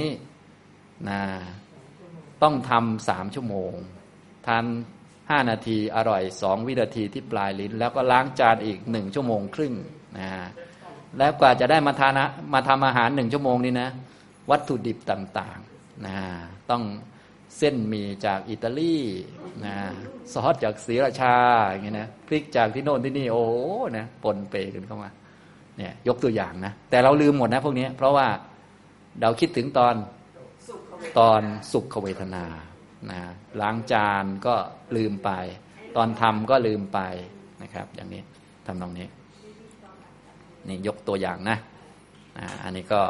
S1: ต้องทำ3 ชั่วโมงทาน5 นาทีอร่อย2 วินาทีที่ปลายลิ้นแล้วก็ล้างจานอีก1 ชั่วโมงครึ่งแล้วกว่าจะได้มาทำอาหาร1 ชั่วโมงนี่นะวัตถุดิบต่างๆนะต้องเส้นหมี่จากอิตาลีนะซอสจากศรีราชาอย่างเงี้ยนะพริกจากที่โน่นที่นี่โอ้นะปนเปกันเข้ามาเนี่ยยกตัวอย่างนะแต่เราลืมหมดนะพวกนี้เพราะว่าเราคิดถึงตอนสุขเวทนานะล้างจานก็ลืมไปตอนทำก็ลืมไปนะครับอย่างนี้ทำตรงนี้นี่ยกตัวอย่างนะอันนี้ก็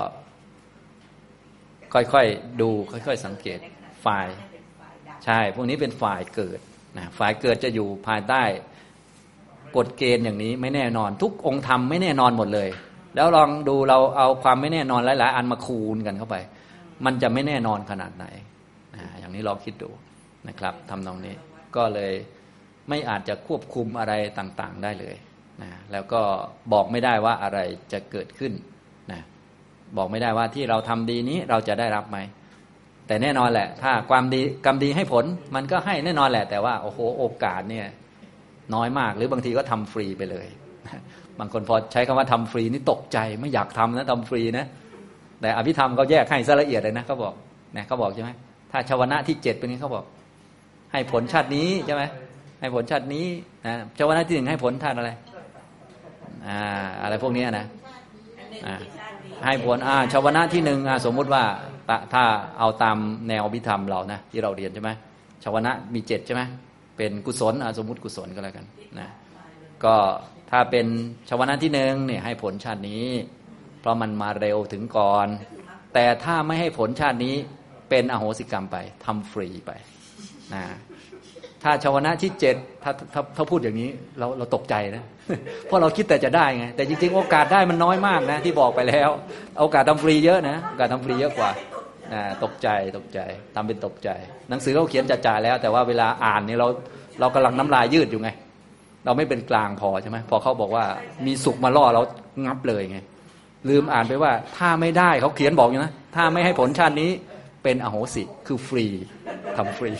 S1: ค่อยๆดูค่อยๆสังเกตฝ่ายใช่พวกนี้เป็นฝ่ายเกิดนะฝ่ายเกิดจะอยู่ภายใต้กฎเกณฑ์อย่างนี้ไม่แน่นอนทุกองค์ธรรมไม่แน่นอนหมดเลยแล้วลองดูเราเอาความไม่แน่นอนหลายๆอันมาคูณกันเข้าไปมันจะไม่แน่นอนขนาดไหนอย่างนี้ลองคิดดูนะครับทำตรงนี้ก็เลยไม่อาจจะควบคุมอะไรต่างๆได้เลยนะแล้วก็บอกไม่ได้ว่าอะไรจะเกิดขึ้นนะบอกไม่ได้ว่าที่เราทำดีนี้เราจะได้รับไหมแต่แน่นอนแหละถ้าความดีกรรมดีให้ผลมันก็ให้แน่นอนแหละแต่ว่าโอ้โหโอกาสเนี่ยน้อยมากหรือบางทีก็ทำฟรีไปเลยบางคนพอใช้คำว่าทำฟรีนี่ตกใจไม่อยากทำนะทำฟรีนะแต่อภิธรรมเขาแยกให้ซะละเอียดเลยนะเขาบอกนะเขาบอกใช่ไหมถ้าชวนะที่7เป็นนี้เขาบอกให้ผลชาตินี้ใช่ไหมให้ผลชาตินี้นะชวนะที่1ให้ผลชาติอะไรอะไรพวกนี้นะให้ผลชวนะที่1สมมุติว่าถ้าเอาตามแนวอภิธรรมเรานะที่เราเรียนใช่ไหมชวนะมี7ใช่ไหมเป็นกุศลสมมุติกุศลก็แล้วกันนะก็ถ้าเป็นชวนะที่1เนี่ยให้ผลชาตินี้เพราะมันมาเร็วถึงก่อนแต่ถ้าไม่ให้ผลชาตินี้เป็นอโหสิกรรมไปทำฟรีไปนะถ้าชวนะที่7ถ้าพูดอย่างนี้เราตกใจนะ เพราะเราคิดแต่จะได้ไงแต่จริงๆโอกาสได้มันน้อยมากนะที่บอกไปแล้วโอกาสทำฟรีเยอะนะโอกาสทำฟรีเยอะกว่าตกใจทำเป็นตกใจหนังสือเขาเขียนจ่าๆแล้วแต่ว่าเวลาอ่านเนี่ยเรากำลังน้ำลายยืดอยู่ไงเราไม่เป็นกลางพอใช่ไหมพอเขาบอกว่ามีสุขมาล่อเรางับเลยไงลืมอ่านไปว่าถ้าไม่ได้เขาเขียนบอกอยู่นะถ้าไม่ให้ผลชาตินี้เป็นอโหสิคือฟรีทำฟรี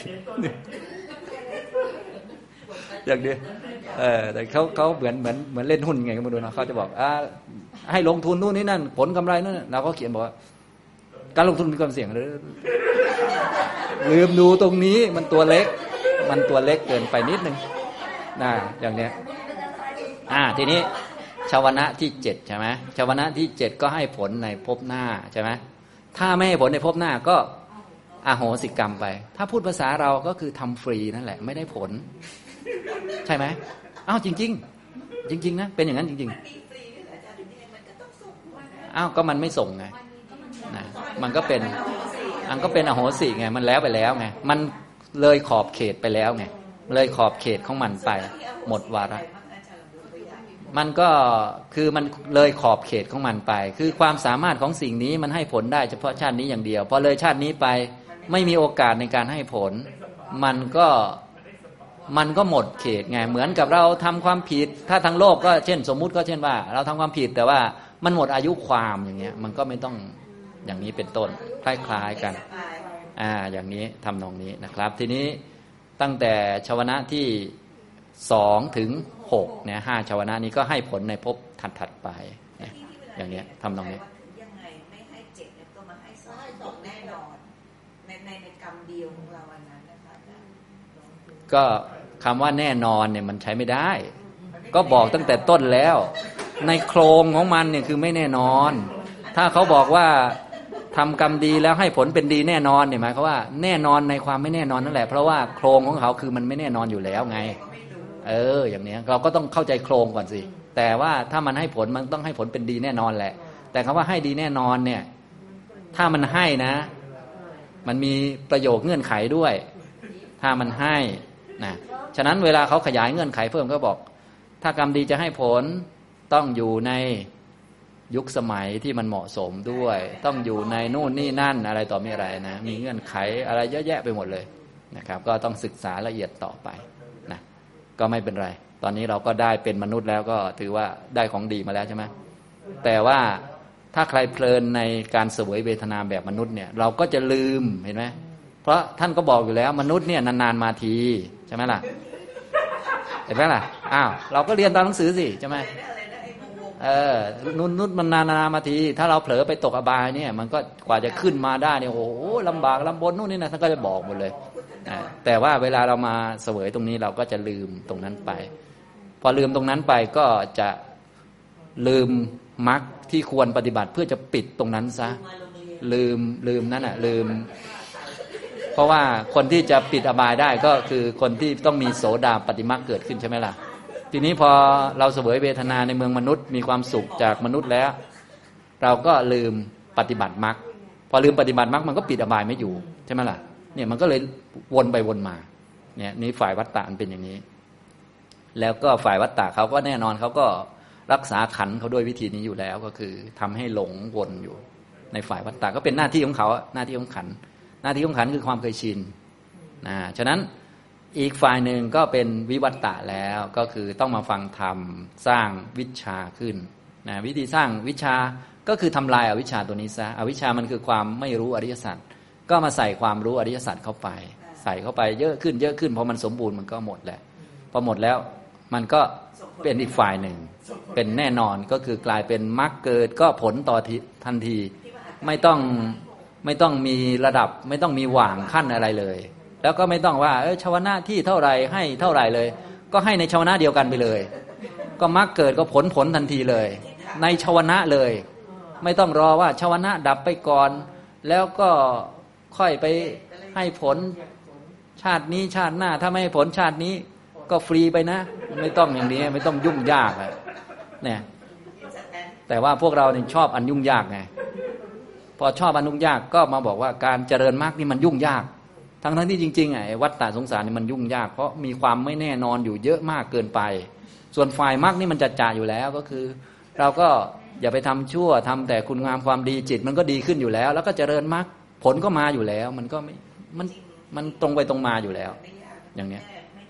S1: อย่างนี้แต่เขาเหมือนเล่นหุ้นไงก็ไม่รู้นะเขาจะบอกให้ลงทุนนู่นนี่นั่นผลกำไรนู่นเราก็เขียนบอกว่าการลงทุนมีความเสี่ยงหรือลืมดูตรงนี้มันตัวเล็กเกินไปนิดนึงนะอย่างเนี้ยทีนี้ชาวนะที่7ใช่ไหมชาวนะที่7ก็ให้ผลในภพหน้าใช่ไหมถ้าไม่ให้ผลในภพหน้าก็อโหสิกรรมไปถ้าพูดภาษาเราก็คือทำฟรีนั่นแหละไม่ได้ผลใช่ไหมจริงนะเป็นอย่างนั้นจริงๆก็มันไม่ส่งไงนะมันก็เป็นอโหสิไงมันแล้วไปแล้วไงมันเลยขอบเขตไปแล้วไงเลยขอบเขตของมันไปหมดวาระมันก็คือมันเลยขอบเขตของมันไปคือความสามารถของสิ่งนี้มันให้ผลได้เฉพาะชาตินี้อย่างเดียวพอเลยชาตินี้ไปไม่มีโอกาสในการให้ผลมันก็หมดเขตไงเหมือนกับเราทำความผิดถ้าทางโลกก็เช่นสมมุติก็เช่นว่าเราทำความผิดแต่ว่ามันหมดอายุความอย่างเงี้ยมันก็ไม่ต้องอย่างนี้เป็นต้นคล้ายๆกันอย่างนี้ทำตรงนี้นะครับทีนี้ตั้งแต่ชวนะที่2ถึง6เนี่ย5ชวนะนี้ก็ให้ผลในภพถัดๆไปนะอย่างนี้ทำตรงนี้
S2: ยังไงไม่ให้7เนี่ยก็มาให้2แน่นอนในกรรมเดียวของเราอันนั้นนะคะ
S1: ก็คำว่าแน่นอนเนี่ยมันใช้ไม่ได้ก็บอกตั้งแต่ต้นแล้วในโครงของมันเนี่ยคือไม่แน่นอนถ้าเขาบอกว่าทำกรรมดีแล้วให้ผลเป็นดีแน่นอนเนี่ยหมายความว่าแน่นอนในความไม่แน่นอนนั่นแหละเพราะว่าโครงของเขาคือมันไม่แน่นอนอยู่แล้วไงอย่างนี้เราก็ต้องเข้าใจโครงก่อนสิแต่ว่าถ้ามันให้ผลมันต้องให้ผลเป็นดีแน่นอนแหละแต่คำว่าให้ดีแน่นอนเนี่ยถ้ามันให้นะมันมีประโยคเงื่อนไขด้วยถ้ามันให้นะฉะนั้นเวลาเขาขยายเงื่อนไขเพิ่มก็บอกถ้ากรรมดีจะให้ผลต้องอยู่ในยุคสมัยที่มันเหมาะสมด้วยต้องอยู่ในนู่นนี่นั่นอะไรต่อมีอะไรนะมีเงื่อนไขอะไรเยอะแยะไปหมดเลยนะครับก็ต้องศึกษาละเอียดต่อไปนะก็ไม่เป็นไรตอนนี้เราก็ได้เป็นมนุษย์แล้วก็ถือว่าได้ของดีมาแล้วใช่ไหมแต่ว่าถ้าใครเพลินในการเสวยเวทนาแบบมนุษย์เนี่ยเราก็จะลืมเห็นไหมเพราะท่านก็บอกอยู่แล้วมนุษย์เนี่ยนานๆมาทีใช่ไหมล่ะเห็นไหมล่ะเราก็เรียนตามหนังสือสิใช่ไหมนุดมันนามาทีถ้าเราเผลอไปตกอบายเนี่ยมันก็กว่าจะขึ้นมาได้เนี่ยโอ้โหลำบากลำบนนู่นนี่นะท่านก็จะบอกหมดเลยแต่ว่าเวลาเรามาเสวยตรงนี้เราก็จะลืมตรงนั้นไปพอลืมตรงนั้นไปก็จะลืมมรรคที่ควรปฏิบัติเพื่อจะปิดตรงนั้นซะลืมนั่นน่ะลืมเพราะว่าคนที่จะปิดอบายได้ก็คือคนที่ต้องมีโสดาปัตติมรรคเกิดขึ้นใช่ไหมล่ะทีนี้พอเราเสวยเวทนาในเมืองมนุษย์มีความสุขจากมนุษย์แล้วเราก็ลืมปฏิบัติมรรคพอลืมปฏิบัติมรรคมันก็ปิดอบายไม่อยู่ใช่ไหมล่ะเนี่ยมันก็เลยวนไปวนมาเนี่ยนี่ฝ่ายวัฏฏะมันเป็นอย่างนี้แล้วก็ฝ่ายวัฏฏะเขาก็แน่นอนเขาก็รักษาขันธ์เขาด้วยวิธีนี้อยู่แล้วก็คือทำให้หลงวนอยู่ในฝ่ายวัฏฏะก็เป็นหน้าที่ของเขาหน้าที่ของขันธ์หน้าที่ของขันธ์คือความเคยชินฉะนั้นอีกฝ่ายหนึ่งก็เป็นวิวัตตะแล้วก็คือต้องมาฟังธรรมสร้างวิชาขึ้นวิธีสร้างวิชาก็คือทำลายอวิชชาตัวนี้ซะอวิชชามันคือความไม่รู้อริยสัจก็มาใส่ความรู้อริยสัจเข้าไปใส่เข้าไปเยอะขึ้นเยอะขึ้นพอมันสมบูรณ์มันก็หมดแหละพอหมดแล้วมันก็เป็นอีกฝ่ายหนึ่งเป็นแน่นอนก็คือกลายเป็นมรรคเกิดก็ผลต่อทันทีไม่ต้องมีระดับไม่ต้องมีหว่างขั้นอะไรเลยแล้วก็ไม่ต้องว่าชาวนะที่เท่าไรให้เท่าไรเลยก็ให้ในชาวนะเดียวกันไปเลยก็มรรคเกิดก็ผลทันทีเลยในชาวนะเลยไม่ต้องรอว่าชาวนะดับไปก่อนแล้วก็ค่อยไปให้ผลชาตินี้ชาติหน้าถ้าไม่ให้ผลชาตินี้ก็ฟรีไปนะไม่ต้องอย่างนี้ไม่ต้องยุ่งยากเนี่ยแต่ว่าพวกเราเนี่ยชอบอันยุ่งยากไงพอชอบอันยุ่งยากก็มาบอกว่าการเจริญมรรคนี่มันยุ่งยากทั้งที่จริงๆไอ้วัฏฏะสงสารนี่มันยุ่งยากเพราะมีความไม่แน่นอนอยู่เยอะมากเกินไปส่วนฝ่ายมรรคนี่มันจะจ่าอยู่แล้วก็คือเราก็อย่าไปทำชั่วทำแต่คุณงามความดีจิตมันก็ดีขึ้นอยู่แล้วแล้วก็เจริญมรรคผลก็มาอยู่แล้วมันก็ไม่มันตรงไปตรงมาอยู่แล้วอย่างเนี้ย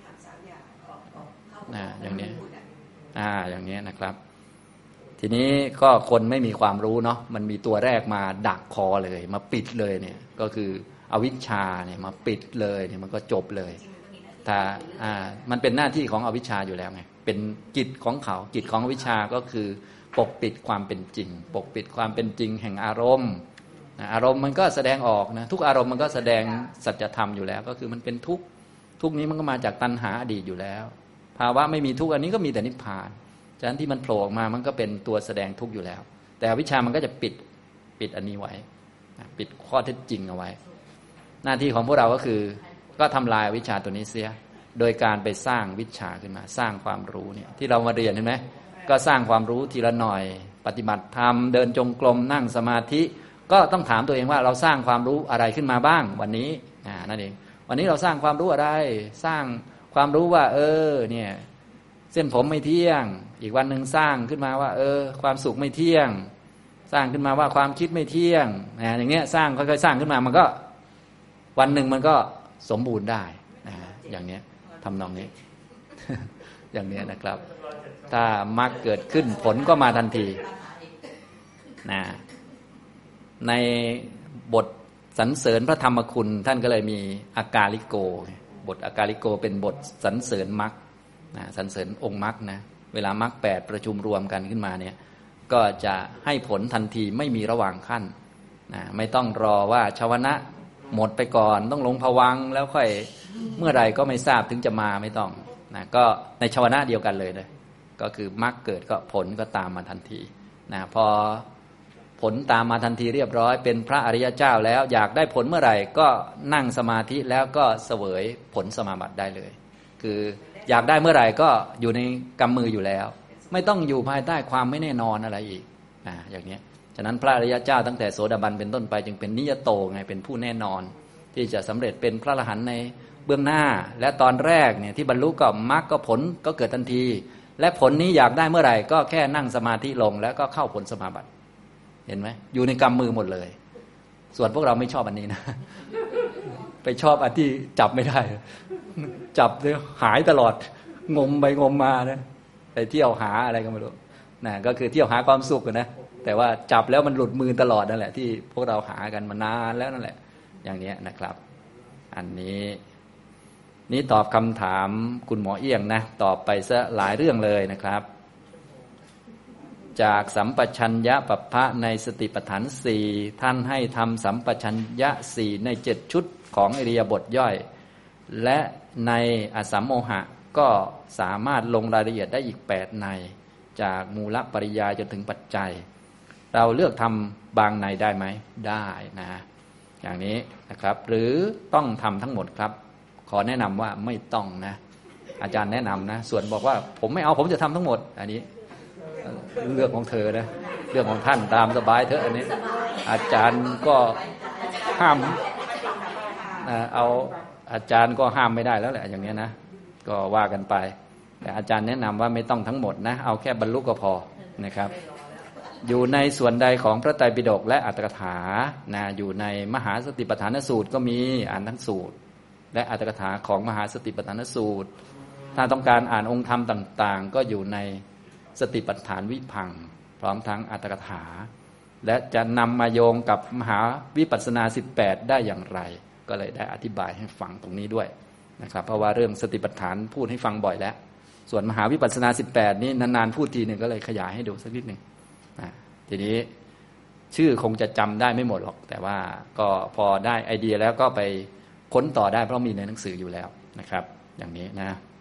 S1: อย่างนี้อย่างนี้นะครับทีนี้ก็คนไม่มีความรู้เนาะมันมีตัวแรกมาดักคอเลยมาปิดเลยเนี่ยก็คืออวิชชาเนี่ยมาปิดเลยเนี่ยมันก็จบเลยถ้ามันเป็นหน้าที่ของอวิชชาอยู่แล้วไงเป็นกิจของเขากิจของอวิชชาก็คือปกปิดความเป็นจริงปกปิดความเป็นจริงแห่งอารมณ์อารมณ์มันก็แสดงออกนะทุกอารมณ์มันก็แสดงสัจธรรมอยู่แล้วก็คือมันเป็นทุกข์ทุกข์นี้มันก็มาจากตัณหาอดีตอยู่แล้วภาวะไม่มีทุกข์อันนี้ก็มีแต่นิพพานฉะนั้นที่มันโผล่ออกมามันก็เป็นตัวแสดงทุกข์อยู่แล้วแต่อวิชชามันก็จะปิดอันนี้ไว้ปิดข้อเท็จจริงเอาไว้หน้าที่ของพวกเราก็คือก็ทำลายวิชาตัวนี้เสียโดยการไปสร้างวิชาขึ้นมาสร้างความรู้เนี่ยที่เรามาเรียนเห็นไหมก็สร้างความรู้ทีละหน่อยปฏิบัติธรรมเดินจงกรมนั่งสมาธิก็ต้องถามตัวเองว่าเราสร้างความรู้อะไรขึ้นมาบ้างวันนี้นั่นเองวันนี้เราสร้างความรู้อะไรสร้างความรู้ว่าเนี่ยเส้นผมไม่เที่ยงอีกวันหนึ่งสร้างขึ้นมาว่าความสุขไม่เที่ยงสร้างขึ้นมาว่าความคิดไม่เที่ยงอย่างเงี้ยสร้างค่อยๆสร้างขึ้นมามันก็วันหนึ่งมันก็สมบูรณ์ได้อย่างเนี้ยทำนองนี้ อย่างเนี้ยนะครับถ้ามรรคเกิดขึ้นผลก็มาทันทีในบทสรรเสริญพระธรรมคุณท่านก็เลยมีอากาลิโกบทอากาลิโกเป็นบทสรรเสริญมรรคสรรเสริญองค์มรรคนะเวลามรรค8ประชุมรวมกันขึ้นมาเนี่ยก็จะให้ผลทันทีไม่มีระหว่างขั้นไม่ต้องรอว่าชาวนะหมดไปก่อนต้องลงภวังค์แล้วค่อยเมื่อไรก็ไม่ทราบถึงจะมาไม่ต้องก็ในชาวนะเดียวกันเลยก็คือมรรคเกิดก็ผลก็ตามมาทันทีพอผลตามมาทันทีเรียบร้อยเป็นพระอริยเจ้าแล้วอยากได้ผลเมื่อไหร่ก็นั่งสมาธิแล้วก็เสวยผลสมาบัติได้เลยคืออยากได้เมื่อไหร่ก็อยู่ในกำมืออยู่แล้วไม่ต้องอยู่ภายใต้ความไม่แน่นอนอะไรอีกอย่างนี้ฉะนั้นพระอริยเจ้าตั้งแต่โสดาบันเป็นต้นไปจึงเป็นนิยโตไงเป็นผู้แน่นอนที่จะสำเร็จเป็นพระอรหันต์ในเบื้องหน้าและตอนแรกเนี่ยที่บรรลุก็มรรคก็ผลก็เกิดทันทีและผลนี้อยากได้เมื่อไหร่ก็แค่นั่งสมาธิลงแล้วก็เข้าผลสมาบัติเห็นไหมอยู่ในกำมือหมดเลยส่วนพวกเราไม่ชอบอันนี้นะ ไปชอบอันที่จับไม่ได้จับเลยหายตลอดงมไปงมมานะไปเที่ยวหาอะไรก็ไม่รู้ก็คือเที่ยวหาความสุขนะแต่ว่าจับแล้วมันหลุดมือตลอดนั่นแหละที่พวกเราหากันมานานแล้วนั่นแหละอย่างนี้นะครับอันนี้ตอบคำถามคุณหมอเอี้ยงนะตอบไปซะหลายเรื่องเลยนะครับจากสัมปชัญญะปัปพะในสติปัฏฐานสี่ท่านให้ทำสัมปชัญญะสี่ใน7ชุดของอิริยาบถย่อยและในอสัมโมหะก็สามารถลงรายละเอียดได้อีก8ในจากมูลปริยายจนถึงปัจจัยเราเลือกทำบางในได้ไหมได้นะอย่างนี้นะครับหรือต้องทำทั้งหมดครับขอแนะนำว่าไม่ต้องนะอาจารย์แนะนำนะส่วนบอกว่าผมไม่เอาผมจะทำทั้งหมดอันนี้เรื่องของเธอนะเรื่องของท่านตามสบายเถอะอันนี้อาจารย์ก็ห้ามเอาอาจารย์ก็ห้ามไม่ได้แล้วแหละอย่างนี้นะก็ว่ากันไปแต่อาจารย์แนะนำว่าไม่ต้องทั้งหมดนะเอาแค่บรรลุก็พอนะครับอยู่ในส่วนใดของพระไตรปิฎกและอัตถกถานะอยู่ในมหาสติปัฏฐานสูตรก็มีอ่านทั้งสูตรและอัตถกถาของมหาสติปัฏฐานสูตรถ้าต้องการอ่านองค์ธรรมต่างๆก็อยู่ในสติปัฏฐานวิพังค์พร้อมทั้งอัตถกถาและจะนำมาโยงกับมหาวิปัสสนา18ได้อย่างไรก็เลยได้อธิบายให้ฟังตรงนี้ด้วยนะครับเพราะว่าเรื่องสติปัฏฐานพูดให้ฟังบ่อยแล้วส่วนมหาวิปัสสนา18นี้นานๆพูดทีหนึ่งก็เลยขยายให้ดูสักนิดหนึ่งทีนี้ชื่อคงจะจำได้ไม่หมดหรอกแต่ว่าก็พอได้ไอเดียแล้วก็ไปค้นต่อได้เพราะมีในหนังสืออยู่แล้วนะครับอย่างนี้นะ